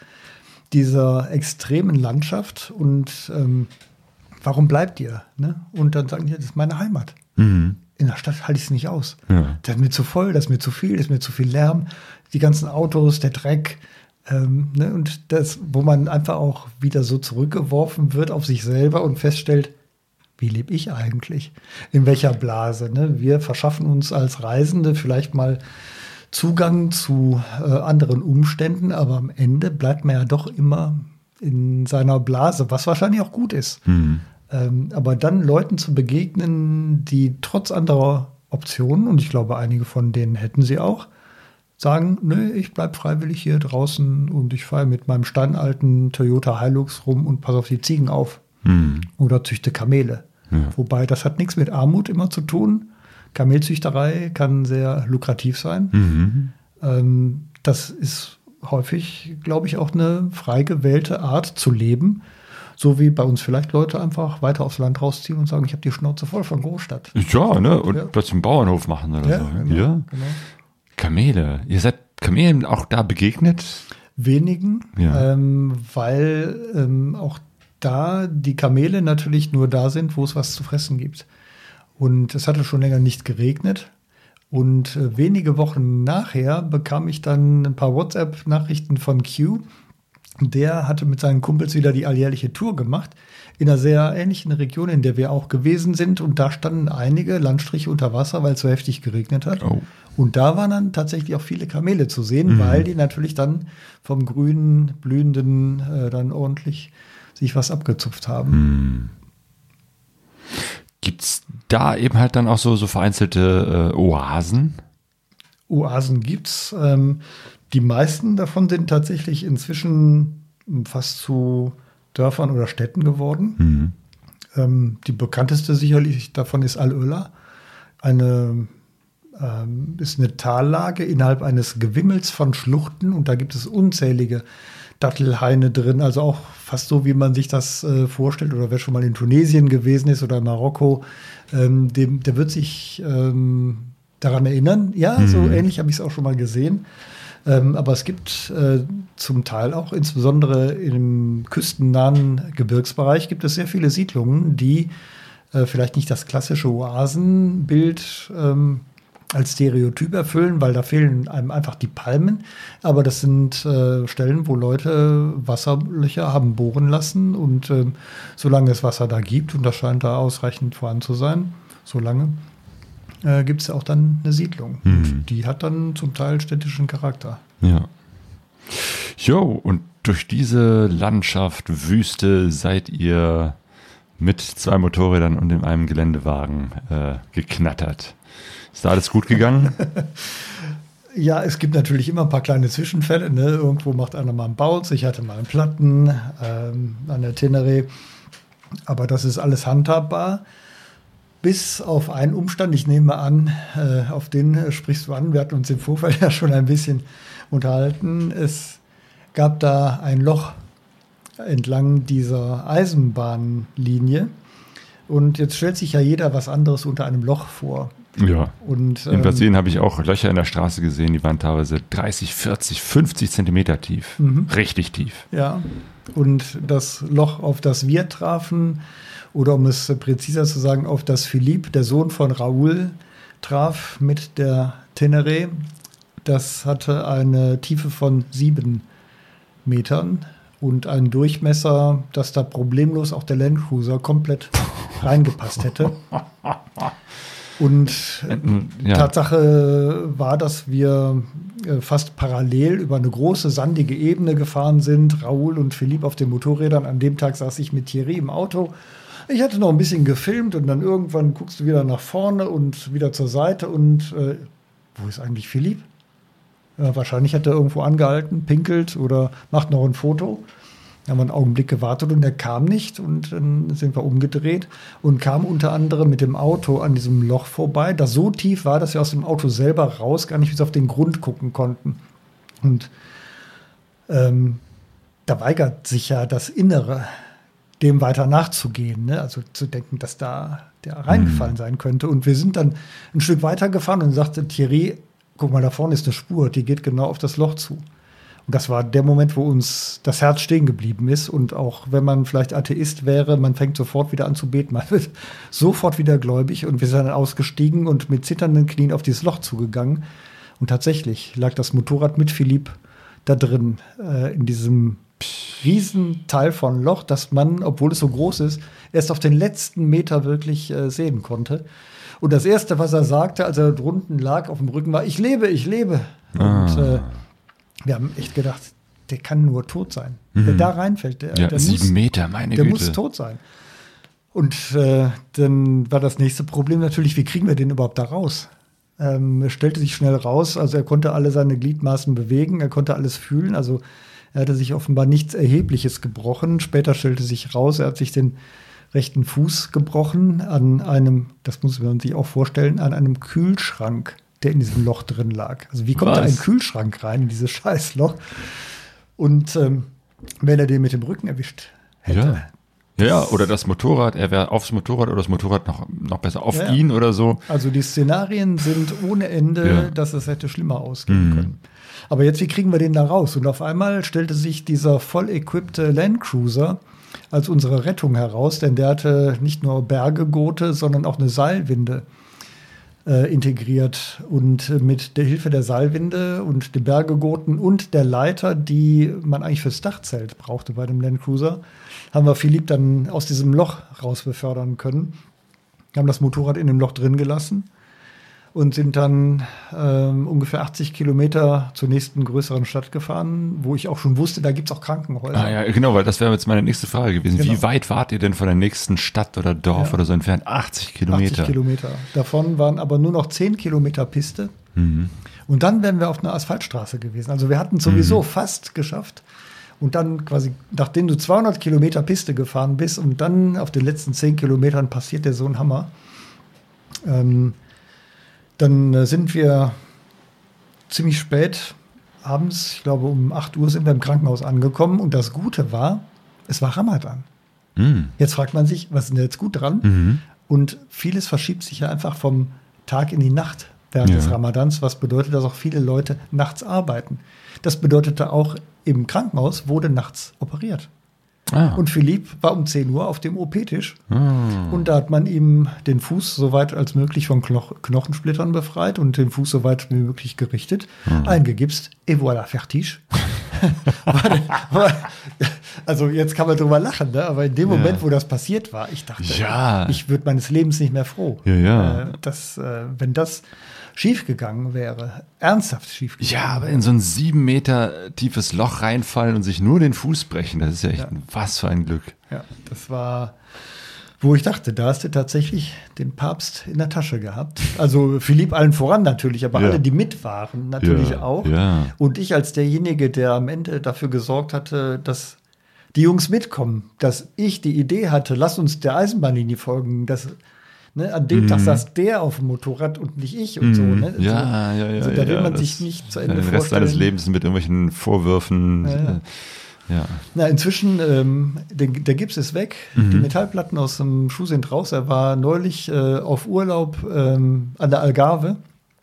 dieser extremen Landschaft und ähm, warum bleibt ihr? Ne? Und dann sagen die, das ist meine Heimat. Mhm. In der Stadt halte ich es nicht aus. Ja. Das ist mir zu voll, das ist mir zu viel, das ist mir zu viel Lärm. Die ganzen Autos, der Dreck. Ähm, ne? Und das, wo man einfach auch wieder so zurückgeworfen wird auf sich selber und feststellt, wie lebe ich eigentlich? In welcher Blase? Ne? Wir verschaffen uns als Reisende vielleicht mal Zugang zu äh, anderen Umständen, aber am Ende bleibt man ja doch immer in seiner Blase, was wahrscheinlich auch gut ist. Mhm. Ähm, aber dann Leuten zu begegnen, die trotz anderer Optionen, und ich glaube, einige von denen hätten sie auch, sagen, nö, ich bleib freiwillig hier draußen und ich fahre mit meinem steinalten Toyota Hilux rum und passe auf die Ziegen auf. Mhm. Oder züchte Kamele. Ja. Wobei, das hat nichts mit Armut immer zu tun. Kamelzüchterei kann sehr lukrativ sein. Mhm. Ähm, das ist häufig, glaube ich, auch eine frei gewählte Art zu leben. So wie bei uns vielleicht Leute einfach weiter aufs Land rausziehen und sagen, ich habe die Schnauze voll von Großstadt. Ja, ne? Und ja. plötzlich einen Bauernhof machen oder ja, so. Genau, ja, genau. Kamele. Ihr seid Kamelen auch da begegnet? Wenigen, ja. ähm, weil ähm, auch da die Kamele natürlich nur da sind, wo es was zu fressen gibt. Und es hatte schon länger nicht geregnet. Und äh, wenige Wochen nachher bekam ich dann ein paar WhatsApp-Nachrichten von Q. Der hatte mit seinen Kumpels wieder die alljährliche Tour gemacht, in einer sehr ähnlichen Region, in der wir auch gewesen sind. Und da standen einige Landstriche unter Wasser, weil es so heftig geregnet hat. Oh. Und da waren dann tatsächlich auch viele Kamele zu sehen, mhm. weil die natürlich dann vom grünen, blühenden äh, dann ordentlich sich was abgezupft haben. Mhm. Gibt es da eben halt dann auch so, so vereinzelte äh, Oasen? Oasen gibt's. Ähm, die meisten davon sind tatsächlich inzwischen fast zu Dörfern oder Städten geworden. Mhm. Ähm, die bekannteste sicherlich davon ist Al-Öla. Eine ähm, ist eine Tallage innerhalb eines Gewimmels von Schluchten und da gibt es unzählige Dattelhaine drin, also auch fast so, wie man sich das äh, vorstellt, oder wer schon mal in Tunesien gewesen ist oder in Marokko, ähm, dem, der wird sich ähm, daran erinnern. Ja, mhm. so ähnlich habe ich es auch schon mal gesehen. Ähm, aber es gibt äh, zum Teil auch, insbesondere im küstennahen Gebirgsbereich, gibt es sehr viele Siedlungen, die äh, vielleicht nicht das klassische Oasenbild ähm, als Stereotyp erfüllen, weil da fehlen einem einfach die Palmen. Aber das sind äh, Stellen, wo Leute Wasserlöcher haben bohren lassen. Und äh, solange es Wasser da gibt, und das scheint da ausreichend vorhanden zu sein, solange äh, gibt es auch dann eine Siedlung. Mhm. Und die hat dann zum Teil städtischen Charakter. Ja. Jo, und durch diese Landschaft, Wüste seid ihr mit zwei Motorrädern und in einem Geländewagen äh, geknattert. Ist da alles gut gegangen? Ja, es gibt natürlich immer ein paar kleine Zwischenfälle. Ne? Irgendwo macht einer mal einen Bounce. Ich hatte mal einen Platten ähm, an der Teneré. Aber das ist alles handhabbar. Bis auf einen Umstand, ich nehme an, äh, auf den äh, sprichst du an. Wir hatten uns im Vorfeld ja schon ein bisschen unterhalten. Es gab da ein Loch entlang dieser Eisenbahnlinie. Und jetzt stellt sich ja jeder was anderes unter einem Loch vor. Ja. Und, in Brasilien ähm, habe ich auch Löcher in der Straße gesehen, die waren teilweise dreißig, vierzig, fünfzig Zentimeter tief. Mhm. Richtig tief. Ja, und das Loch, auf das wir trafen, oder um es präziser zu sagen, auf das Philippe, der Sohn von Raúl, traf mit der Teneré, das hatte eine Tiefe von sieben Metern und einen Durchmesser, dass da problemlos auch der Land Cruiser komplett reingepasst hätte. Und ja. Tatsache war, dass wir fast parallel über eine große sandige Ebene gefahren sind. Raúl und Philippe auf den Motorrädern. An dem Tag saß ich mit Thierry im Auto. Ich hatte noch ein bisschen gefilmt und dann irgendwann guckst du wieder nach vorne und wieder zur Seite. Und äh, wo ist eigentlich Philippe? Ja, wahrscheinlich hat er irgendwo angehalten, pinkelt oder macht noch ein Foto. Da haben wir einen Augenblick gewartet und er kam nicht und dann sind wir umgedreht und kamen unter anderem mit dem Auto an diesem Loch vorbei, das so tief war, dass wir aus dem Auto selber raus gar nicht bis auf den Grund gucken konnten. Und ähm, da weigert sich ja das Innere, dem weiter nachzugehen, ne? Also zu denken, dass da der reingefallen sein könnte. Und wir sind dann ein Stück weiter gefahren und sagte Thierry, guck mal, da vorne ist eine Spur, die geht genau auf das Loch zu. Und das war der Moment, wo uns das Herz stehen geblieben ist. Und auch wenn man vielleicht Atheist wäre, man fängt sofort wieder an zu beten. Man wird sofort wieder gläubig. Und wir sind dann ausgestiegen und mit zitternden Knien auf dieses Loch zugegangen. Und tatsächlich lag das Motorrad mit Philippe da drin, äh, in diesem riesen Teil von Loch, das man, obwohl es so groß ist, erst auf den letzten Meter wirklich äh, sehen konnte. Und das Erste, was er sagte, als er drunten lag auf dem Rücken, war, ich lebe, ich lebe. Ah. Und äh, wir haben echt gedacht, der kann nur tot sein. Mhm. Wer da reinfällt, der, ja, der, sieben muss, Meter, meine der Güte. muss tot sein. Und äh, dann war das nächste Problem natürlich, wie kriegen wir den überhaupt da raus? Ähm, es stellte sich schnell raus, also er konnte alle seine Gliedmaßen bewegen, er konnte alles fühlen, also er hatte sich offenbar nichts Erhebliches gebrochen. Später stellte sich raus, er hat sich den rechten Fuß gebrochen an einem, das muss man sich auch vorstellen, an einem Kühlschrank, der in diesem Loch drin lag. Also wie kommt Was? da ein Kühlschrank rein in dieses Scheißloch? Und ähm, wenn er den mit dem Rücken erwischt hätte. Ja, ja, oder das Motorrad, er wäre aufs Motorrad oder das Motorrad noch, noch besser auf ja, ihn oder so. Also die Szenarien sind ohne Ende, ja. dass es hätte schlimmer ausgehen mhm. können. Aber jetzt, wie kriegen wir den da raus? Und auf einmal stellte sich dieser voll equippte Land Cruiser als unsere Rettung heraus, denn der hatte nicht nur Bergegurte, sondern auch eine Seilwinde äh, integriert. Und äh, mit der Hilfe der Seilwinde und den Bergegurten und der Leiter, die man eigentlich fürs Dachzelt brauchte bei dem Land Cruiser, haben wir Philippe dann aus diesem Loch raus befördern können. Wir haben das Motorrad in dem Loch drin gelassen und sind dann ähm, ungefähr achtzig Kilometer zur nächsten größeren Stadt gefahren, wo ich auch schon wusste, da gibt es auch Krankenhäuser. Ah ja, genau, weil das wäre jetzt meine nächste Frage gewesen. Genau. Wie weit wart ihr denn von der nächsten Stadt oder Dorf ja. oder so entfernt? achtzig Kilometer. achtzig Kilometer. Davon waren aber nur noch zehn Kilometer Piste. Mhm. Und dann wären wir auf einer Asphaltstraße gewesen. Also wir hatten sowieso mhm. fast geschafft. Und dann quasi, nachdem du zweihundert Kilometer Piste gefahren bist und dann auf den letzten zehn Kilometern passiert dir so ein Hammer, ähm, dann sind wir ziemlich spät abends, ich glaube um acht Uhr sind wir im Krankenhaus angekommen. Und das Gute war, es war Ramadan. Mhm. Jetzt fragt man sich, was ist denn jetzt gut dran? Mhm. Und vieles verschiebt sich ja einfach vom Tag in die Nacht während ja. des Ramadans, was bedeutet, dass auch viele Leute nachts arbeiten. Das bedeutete auch, im Krankenhaus wurde nachts operiert. Ah. Und Philipp war um zehn Uhr auf dem O P-Tisch. Ah. Und da hat man ihm den Fuß so weit als möglich von Knoch- Knochensplittern befreit und den Fuß so weit wie möglich gerichtet, Mhm. eingegipst. Et voilà, fertig. war, war, also jetzt kann man drüber lachen, ne? Aber in dem Ja. Moment, wo das passiert war, ich dachte, Ja. ich würde meines Lebens nicht mehr froh. Ja, ja. Äh, dass, äh, wenn das schiefgegangen wäre, ernsthaft schiefgegangen Ja, aber in so ein sieben Meter tiefes Loch reinfallen und sich nur den Fuß brechen, das ist ja echt Ja. ein, was für ein Glück. Ja, das war, wo ich dachte, da hast du tatsächlich den Papst in der Tasche gehabt. Also Philipp allen voran natürlich, aber Ja. alle, die mit waren, natürlich Ja, auch. ja. Und ich als derjenige, der am Ende dafür gesorgt hatte, dass die Jungs mitkommen, dass ich die Idee hatte, lass uns der Eisenbahnlinie folgen, dass ne, an dem Mhm. Tag saß der auf dem Motorrad und nicht ich und so. Ne? Ja, ja, ja. Also, da will ja, man das- sich nicht zu Ende Den Rest vorstellen. seines Lebens mit irgendwelchen Vorwürfen. Ja, ja. äh, Ja. Na, inzwischen, ähm, der, der Gips ist weg. Mhm. Die Metallplatten aus dem Schuh sind raus. Er war neulich äh, auf Urlaub ähm, an der Algarve.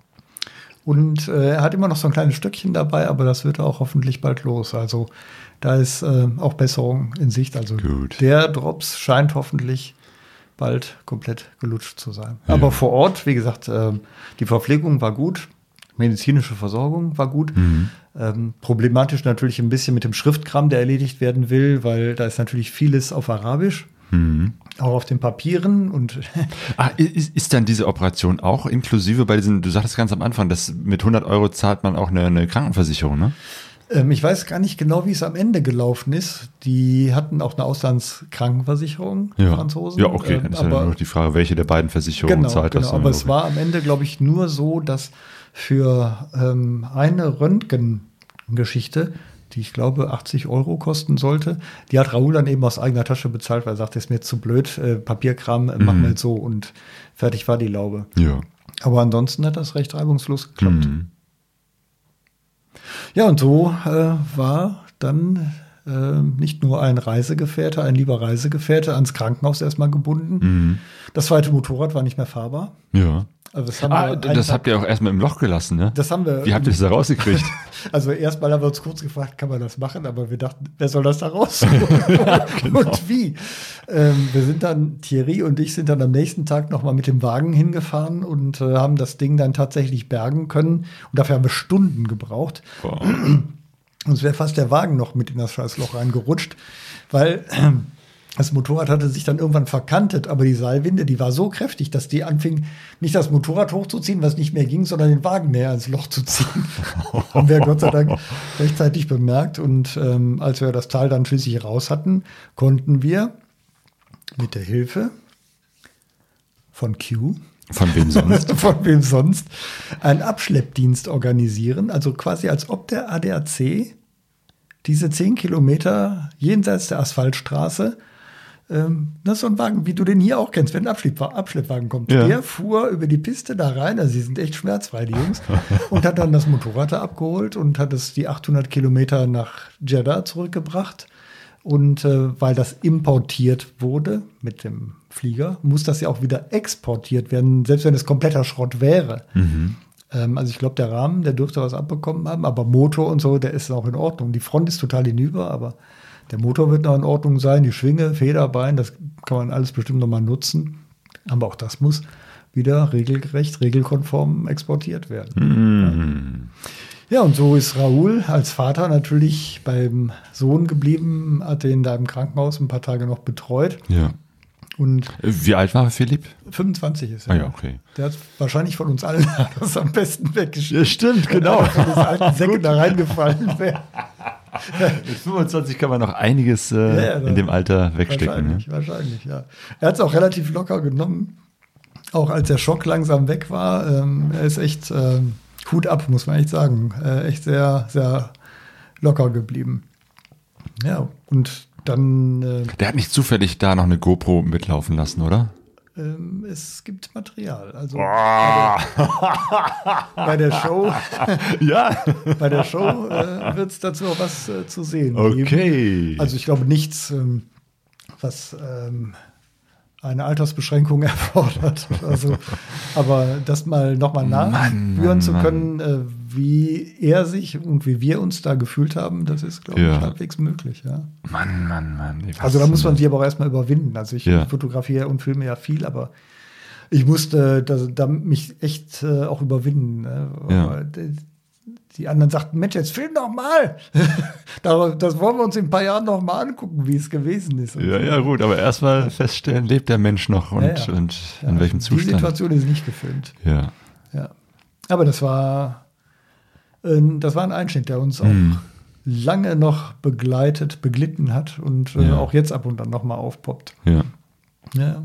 Und äh, er hat immer noch so ein kleines Stückchen dabei, aber das wird auch hoffentlich bald los. Also da ist äh, auch Besserung in Sicht. Also Gut. der Drops scheint hoffentlich bald komplett gelutscht zu sein. Ja. Aber vor Ort, wie gesagt, äh, die Verpflegung war gut. Medizinische Versorgung war gut. Mhm. Ähm, problematisch natürlich ein bisschen mit dem Schriftkram, der erledigt werden will, weil da ist natürlich vieles auf Arabisch, Mhm. auch auf den Papieren und Ah, ist, ist dann diese Operation auch inklusive bei diesen, du sagtest ganz am Anfang, dass mit hundert Euro zahlt man auch eine, eine Krankenversicherung, ne? ähm, ich weiß gar nicht genau, wie es am Ende gelaufen ist. Die hatten auch eine Auslandskrankenversicherung, die Franzosen. Ja, okay, Ähm, dann ist ja aber, nur noch die Frage, welche der beiden Versicherungen genau, zahlt genau, das. aber es war am Ende, glaube ich, nur so, dass für ähm, eine Röntgengeschichte, die ich glaube achtzig Euro kosten sollte, die hat Raoul dann eben aus eigener Tasche bezahlt, weil er sagte, ist mir zu blöd, äh, Papierkram, äh, machen wir jetzt so und fertig war die Laube. Ja. Aber ansonsten hat das recht reibungslos geklappt. Mhm. Ja, und so äh, war dann äh, nicht nur ein Reisegefährte, ein lieber Reisegefährte ans Krankenhaus erstmal gebunden. Mhm. Das zweite Motorrad war nicht mehr fahrbar. Ja. Also das haben Ah, wir das einfach- habt ihr auch erstmal im Loch gelassen, ne? Das haben wir. Wie habt ihr das da rausgekriegt? Also erstmal haben wir uns kurz gefragt, kann man das machen? Aber wir dachten, wer soll das da raus? Genau. Und wie? Ähm, wir sind dann, Thierry und ich sind dann am nächsten Tag nochmal mit dem Wagen hingefahren und äh, haben das Ding dann tatsächlich bergen können. Und dafür haben wir Stunden gebraucht. Boah. Uns wäre fast der Wagen noch mit in das Scheißloch reingerutscht, weil äh, das Motorrad hatte sich dann irgendwann verkantet, aber die Seilwinde, die war so kräftig, dass die anfing, nicht das Motorrad hochzuziehen, was nicht mehr ging, sondern den Wagen näher ins Loch zu ziehen. Haben wir Gott sei Dank rechtzeitig bemerkt. Und ähm, als wir das Tal dann schließlich raus hatten, konnten wir mit der Hilfe von Q, Von wem sonst? von wem sonst, einen Abschleppdienst organisieren. Also quasi als ob der A D A C diese zehn Kilometer jenseits der Asphaltstraße, ähm, das ist so ein Wagen, wie du den hier auch kennst, wenn ein Abschlepp, Abschleppwagen kommt. Ja. Der fuhr über die Piste da rein, also sie sind echt schmerzfrei, die Jungs, und hat dann das Motorrad da abgeholt und hat es die achthundert Kilometer nach Jeddah zurückgebracht. Und äh, weil das importiert wurde mit dem Flieger, muss das ja auch wieder exportiert werden, selbst wenn es kompletter Schrott wäre. Mhm. Ähm, also ich glaube, der Rahmen, der dürfte was abbekommen haben, aber Motor und so, der ist auch in Ordnung. Die Front ist total hinüber, aber der Motor wird noch in Ordnung sein. Die Schwinge, Federbein, das kann man alles bestimmt noch mal nutzen. Aber auch das muss wieder regelgerecht, regelkonform exportiert werden. Mhm. Ja, und so ist Raoul als Vater natürlich beim Sohn geblieben, hat den da im Krankenhaus ein paar Tage noch betreut. Ja. Und Wie alt war Philipp? fünfundzwanzig ist er. Ah ja, okay. Der hat wahrscheinlich von uns allen das am besten weggeschickt. Ja, stimmt, genau. Wenn das alten Säcke da reingefallen wäre. Mit fünfundzwanzig kann man noch einiges äh, Ja, ja, in dem Alter wegstecken. Wahrscheinlich, Ne? wahrscheinlich, ja. Er hat es auch relativ locker genommen. Auch als der Schock langsam weg war. Ähm, er ist echt ähm, Hut ab, muss man echt sagen. Äh, echt sehr, sehr locker geblieben. Ja, und dann äh, Der hat nicht zufällig da noch eine GoPro mitlaufen lassen, oder? ähm, es gibt Material. Also bei, der, bei der Show, Ja. bei der Show äh, wird es dazu auch was äh, zu sehen geben. Okay. Also ich glaube nichts, ähm, was ähm, eine Altersbeschränkung erfordert. Also, aber das mal nochmal nachführen Mann, zu Mann. können, äh, wie er sich und wie wir uns da gefühlt haben, das ist, glaube Ja. ich, halbwegs möglich, ja. Mann, Mann, Mann. Ich Also da weiß muss man nicht. sich aber auch erstmal überwinden. Also ich Ja. fotografiere und filme ja viel, aber ich musste da, da mich echt äh, auch überwinden. Ne? Ja. Aber die, die anderen sagten, Mensch, jetzt film doch mal. Da- das wollen wir uns in ein paar Jahren noch mal angucken, wie es gewesen ist. Und Ja, so. ja, gut, aber erstmal feststellen, lebt der Mensch noch und, Ja, ja. und Ja, in welchem Die Zustand. Situation ist nicht gefilmt. Ja. Ja. Aber das war, äh, das war ein Einschnitt, der uns auch Mhm. lange noch begleitet, beglitten hat und äh, Ja. auch jetzt ab und an noch mal aufpoppt. ja. Ja.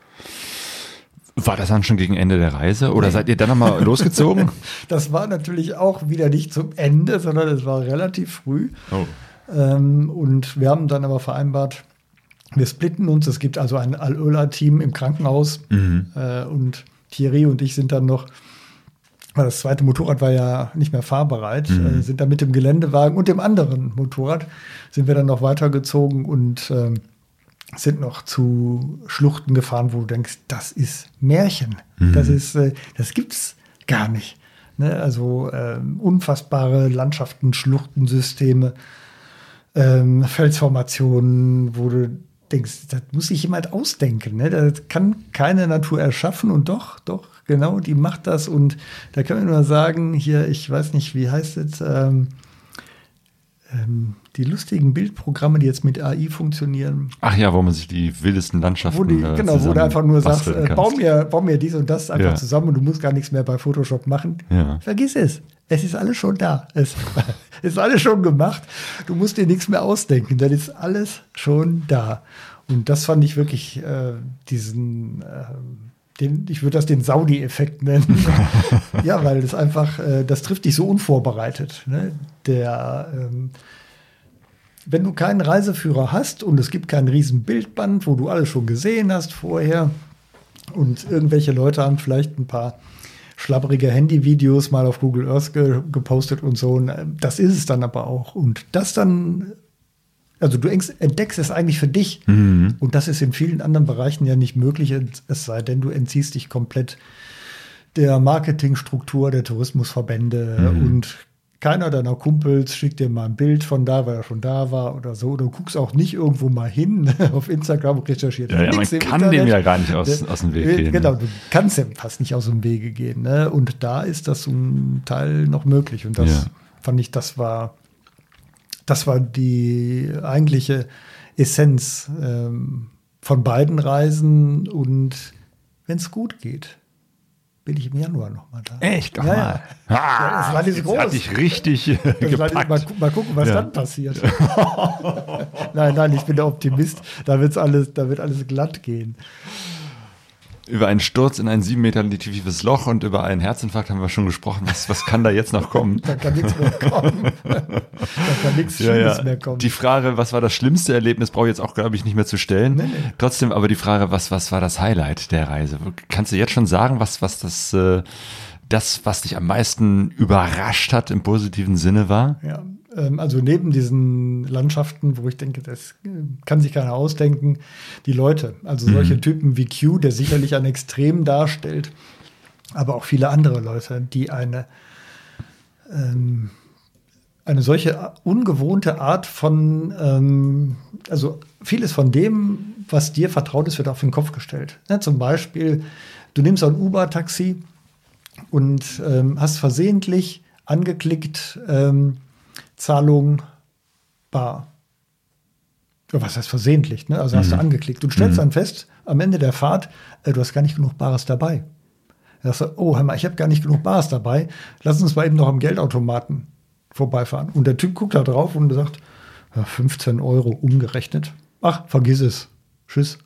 War das dann schon gegen Ende der Reise oder seid ihr dann nochmal losgezogen? Das war natürlich auch wieder nicht zum Ende, sondern es war relativ früh. Oh. Ähm, und wir haben dann aber vereinbart, wir splitten uns. Es gibt also ein Al-Öla-Team im Krankenhaus. Mhm. Äh, und Thierry und ich sind dann noch, weil das zweite Motorrad war ja nicht mehr fahrbereit, Mhm. äh, sind dann mit dem Geländewagen und dem anderen Motorrad sind wir dann noch weitergezogen und ähm, sind noch zu Schluchten gefahren, wo du denkst, das ist Märchen. Mhm. Das ist, äh, das gibt's gar nicht. Ne? Also ähm, unfassbare Landschaften, Schluchtensysteme, ähm, Felsformationen, wo du denkst, das muss sich jemand ausdenken. Ne? Das kann keine Natur erschaffen und doch, doch, genau, die macht das. Und da können wir nur sagen, hier, ich weiß nicht, wie heißt es, ähm, ähm, die lustigen Bildprogramme, die jetzt mit A I funktionieren, Ach ja, wo man sich die wildesten Landschaften wo, die, äh, genau, wo du einfach nur sagst, zusammenbasteln äh, bau, kannst. mir, bau mir dies und das einfach Ja. zusammen und du musst gar nichts mehr bei Photoshop machen. Ja. Vergiss es. Es ist alles schon da. Es ist alles schon gemacht. Du musst dir nichts mehr ausdenken. Das ist alles schon da. Und das fand ich wirklich äh, diesen, äh, den, ich würde das den Saudi-Effekt nennen. Ja, weil das einfach, äh, das trifft dich so unvorbereitet. Ne? Der, ähm, wenn du keinen Reiseführer hast und es gibt kein riesen Bildband, wo du alles schon gesehen hast vorher und irgendwelche Leute haben vielleicht ein paar schlabberige Handyvideos mal auf Google Earth ge gepostet und so, und das ist es dann aber auch. Und das dann, also du entdeckst es eigentlich für dich Mhm. und das ist in vielen anderen Bereichen ja nicht möglich, es sei denn, du entziehst dich komplett der Marketingstruktur der Tourismusverbände Mhm. und keiner deiner Kumpels schickt dir mal ein Bild von da, weil er schon da war oder so. Du guckst auch nicht irgendwo mal hin auf Instagram und recherchierst. Ja, ja, man nichts im kann dem Internet. ja gar nicht aus, aus dem Weg Äh, gehen. Genau, du kannst ja fast nicht aus dem Wege gehen. Ne? Und da ist das zum Teil noch möglich. Und das Ja. fand ich, das war, das war die eigentliche Essenz ähm, von beiden Reisen. Und wenn es gut geht, bin ich im Januar noch mal da. Echt? Doch Ja, mal. ja. Ah, Ja, das Land ist jetzt groß. Hat dich richtig äh, Das war- gepackt. mal, gu- mal gucken, was Ja. dann passiert. Nein, nein, ich bin der Optimist. Da, wird's alles, da wird alles glatt gehen. Über einen Sturz in ein sieben Meter tiefes Loch und über einen Herzinfarkt haben wir schon gesprochen. Was, was kann da jetzt noch kommen? Da kann nichts mehr kommen. Da kann nichts Ja, Schlimmes ja. mehr kommen. Die Frage, was war das schlimmste Erlebnis, brauche ich jetzt auch, glaube ich, nicht mehr zu stellen. Nee, nee. Trotzdem aber die Frage, was, was war das Highlight der Reise? Kannst du jetzt schon sagen, was, was das, äh, das, was dich am meisten überrascht hat im positiven Sinne war? Ja, ähm, also neben diesen Landschaften, wo ich denke, das äh, kann sich keiner ausdenken, die Leute, also solche Typen wie Q, der sicherlich ein Extrem darstellt, aber auch viele andere Leute, die eine, ähm, eine solche ungewohnte Art von, ähm, also vieles von dem, was dir vertraut ist, wird auf den Kopf gestellt. Ja, zum Beispiel, du nimmst ein Uber-Taxi und ähm, hast versehentlich angeklickt, ähm, Zahlung bar. Ja, was heißt versehentlich? Ne? Also hast du angeklickt und stellst dann fest, am Ende der Fahrt, äh, du hast gar nicht genug Bares dabei. Da sagst du, oh, hör mal, ich habe gar nicht genug Bares dabei. Lass uns mal eben noch am Geldautomaten vorbeifahren. Und der Typ guckt da drauf und sagt, ja, fünfzehn Euro umgerechnet. Ach, vergiss es. Tschüss.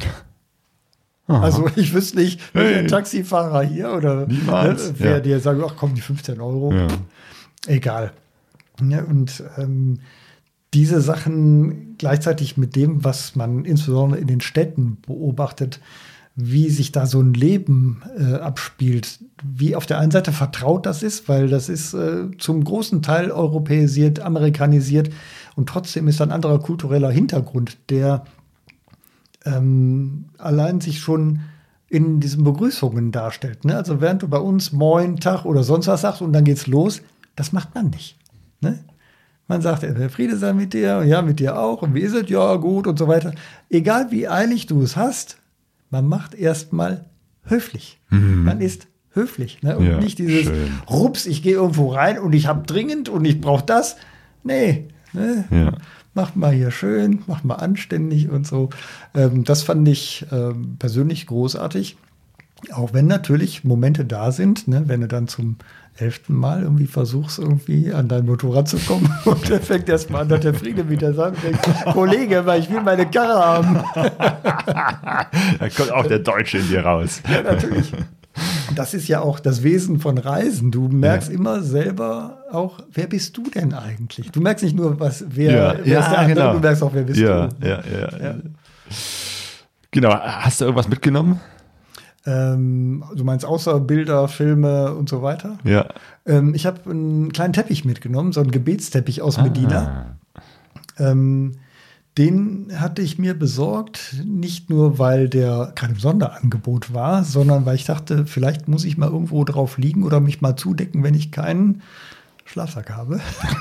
Also ich wüsste nicht, welcher Hey. Taxifahrer hier oder Niemals. ne, wer Ja. dir sagt, ach komm, die fünfzehn Euro. Ja. Egal. Ja, und ähm, diese Sachen gleichzeitig mit dem, was man insbesondere in den Städten beobachtet, wie sich da so ein Leben äh, abspielt, wie auf der einen Seite vertraut das ist, weil das ist äh, zum großen Teil europäisiert, amerikanisiert und trotzdem ist ein anderer kultureller Hintergrund, der ähm, allein sich schon in diesen Begrüßungen darstellt. Ne? Also während du bei uns Moin, Tag oder sonst was sagst und dann geht's los, Das macht man nicht. Ne? Man sagt, der Friede sei mit dir, und ja, mit dir auch, und wie ist es? Ja, gut und so weiter. Egal wie eilig du es hast, man macht erstmal höflich. Mhm. Man ist höflich. Ne? Und ja, nicht dieses schön. Rups, ich gehe irgendwo rein und ich habe dringend und ich brauche das. Nee, ne? Ja. Mach mal hier schön, mach mal anständig und so. Ähm, das fand ich ähm, persönlich großartig. Auch wenn natürlich Momente da sind, ne? Wenn du dann zum elften Mal irgendwie versuchst, irgendwie an dein Motorrad zu kommen und dann fängt erst mal an, dass der Friede wieder sagt, Kollege, weil ich will meine Karre haben. Da kommt auch der Deutsche in dir raus. Ja, natürlich. Das ist ja auch das Wesen von Reisen. Du merkst ja. immer selber auch, wer bist du denn eigentlich? Du merkst nicht nur, was, wer, ja. wer ja, ist der andere, genau. du merkst auch, wer bist ja, du. Ja, ja, ja. Genau. Hast du irgendwas mitgenommen? Ähm, du meinst außer Bilder, Filme und so weiter? Ja. Ähm, ich habe einen kleinen Teppich mitgenommen, so einen Gebetsteppich aus Medina. Ah. Ähm, Den hatte ich mir besorgt, nicht nur, weil der gerade im Sonderangebot war, sondern weil ich dachte, vielleicht muss ich mal irgendwo drauf liegen oder mich mal zudecken, wenn ich keinen Schlafsack habe.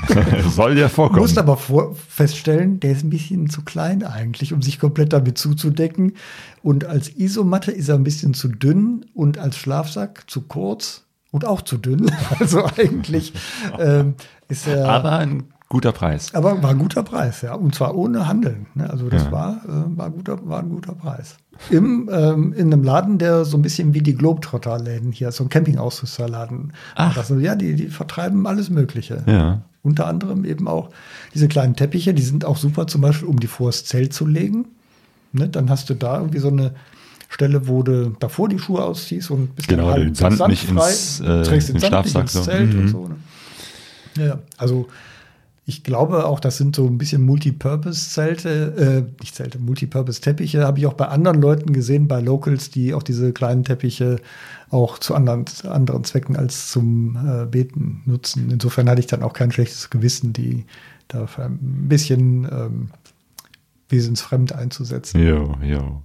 Soll ja vorkommen. Musste aber vor feststellen, der ist ein bisschen zu klein eigentlich, um sich komplett damit zuzudecken. Und als Isomatte ist er ein bisschen zu dünn und als Schlafsack zu kurz und auch zu dünn. Also eigentlich ähm, ist er... Aber ein guter Preis. Aber war ein guter Preis, ja. Und zwar ohne Handeln. Ne? Also das ja. war, äh, war, guter, war ein guter Preis. Im, ähm, in einem Laden, der so ein bisschen wie die Globetrotter-Läden hier, so ein Campingausrüsterladen. Ach. Also, ja, die, die vertreiben alles Mögliche. Ja. Unter anderem eben auch diese kleinen Teppiche, die sind auch super zum Beispiel, um die vors Zelt zu legen. Ne? Dann hast du da irgendwie so eine Stelle, wo du davor die Schuhe ausziehst und bist genau, dann halt den Sand, Sand nicht frei, ins, äh, trägst den den Sand Schlafsack nicht ins so. Zelt Mhm. und so. Ne? Ja, also ich glaube auch, das sind so ein bisschen Multipurpose-Zelte, äh, nicht Zelte, Multipurpose-Teppiche. Habe ich auch bei anderen Leuten gesehen, bei Locals, die auch diese kleinen Teppiche auch zu anderen, anderen Zwecken als zum äh, Beten nutzen. Insofern hatte ich dann auch kein schlechtes Gewissen, die da ein bisschen ähm, wesensfremd einzusetzen. Jo, jo.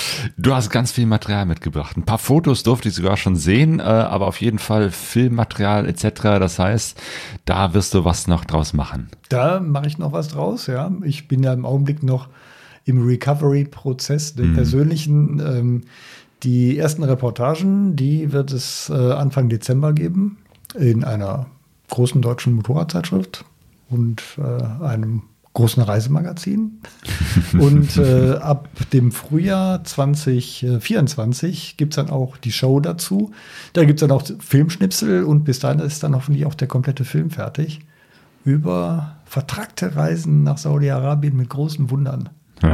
Du hast ganz viel Material mitgebracht. Ein paar Fotos durfte ich sogar schon sehen, äh, aber auf jeden Fall Filmmaterial et cetera. Das heißt, da wirst du was noch draus machen. Da mache ich noch was draus, ja. Ich bin ja im Augenblick noch im Recovery-Prozess, den Mhm. persönlichen. Ähm, die ersten Reportagen, die wird es äh, Anfang Dezember geben in einer großen deutschen Motorradzeitschrift und äh, einem großen Reisemagazin. Und äh, ab dem Frühjahr zwanzig vierundzwanzig gibt es dann auch die Show dazu. Da gibt es dann auch Filmschnipsel und bis dahin ist dann hoffentlich auch der komplette Film fertig. Über vertrackte Reisen nach Saudi-Arabien mit großen Wundern.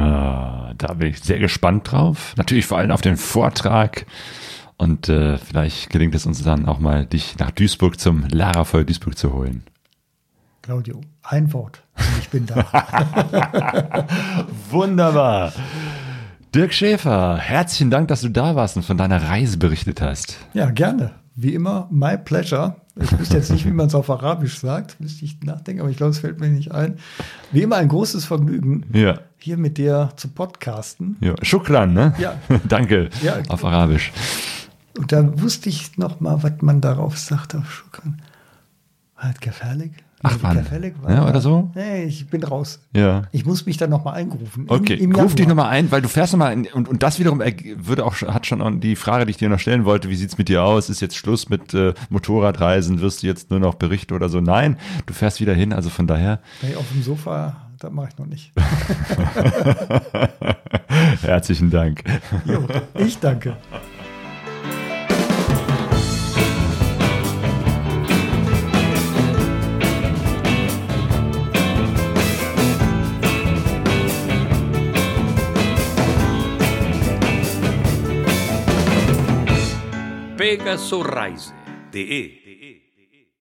Ah, da bin ich sehr gespannt drauf. Natürlich vor allem auf den Vortrag. Und äh, vielleicht gelingt es uns dann auch mal, dich nach Duisburg zum Larafeuer Duisburg zu holen. Claudio, ein Wort. Ich bin da. Wunderbar. Dirk Schäfer, herzlichen Dank, dass du da warst und von deiner Reise berichtet hast. Ja, gerne. Wie immer, my pleasure. Ich wüsste jetzt nicht, wie man es auf Arabisch sagt. Müsste ich nachdenken, aber ich glaube, es fällt mir nicht ein. Wie immer ein großes Vergnügen, Ja. hier mit dir zu podcasten. Ja. Shukran, ne? Ja. Danke. Ja. Auf Arabisch. Und da wusste ich noch mal, was man darauf sagt auf Schukran. Halt gefährlich. Ach, Mann. Gefällig war. Ja, oder so? Nee, ich bin raus. Ja. Ich muss mich dann noch mal eingerufen. Okay, Im, im ruf dich Januar. nochmal ein, weil du fährst nochmal in, und, und das wiederum erg- würde auch, hat schon auch die Frage, die ich dir noch stellen wollte, wie sieht's mit dir aus? Ist jetzt Schluss mit äh, Motorradreisen? Wirst du jetzt nur noch berichten oder so? Nein, du fährst wieder hin, also von daher. Nee, auf dem Sofa, das mache ich noch nicht. Herzlichen Dank. Jo, ich danke. pegasusreise punto de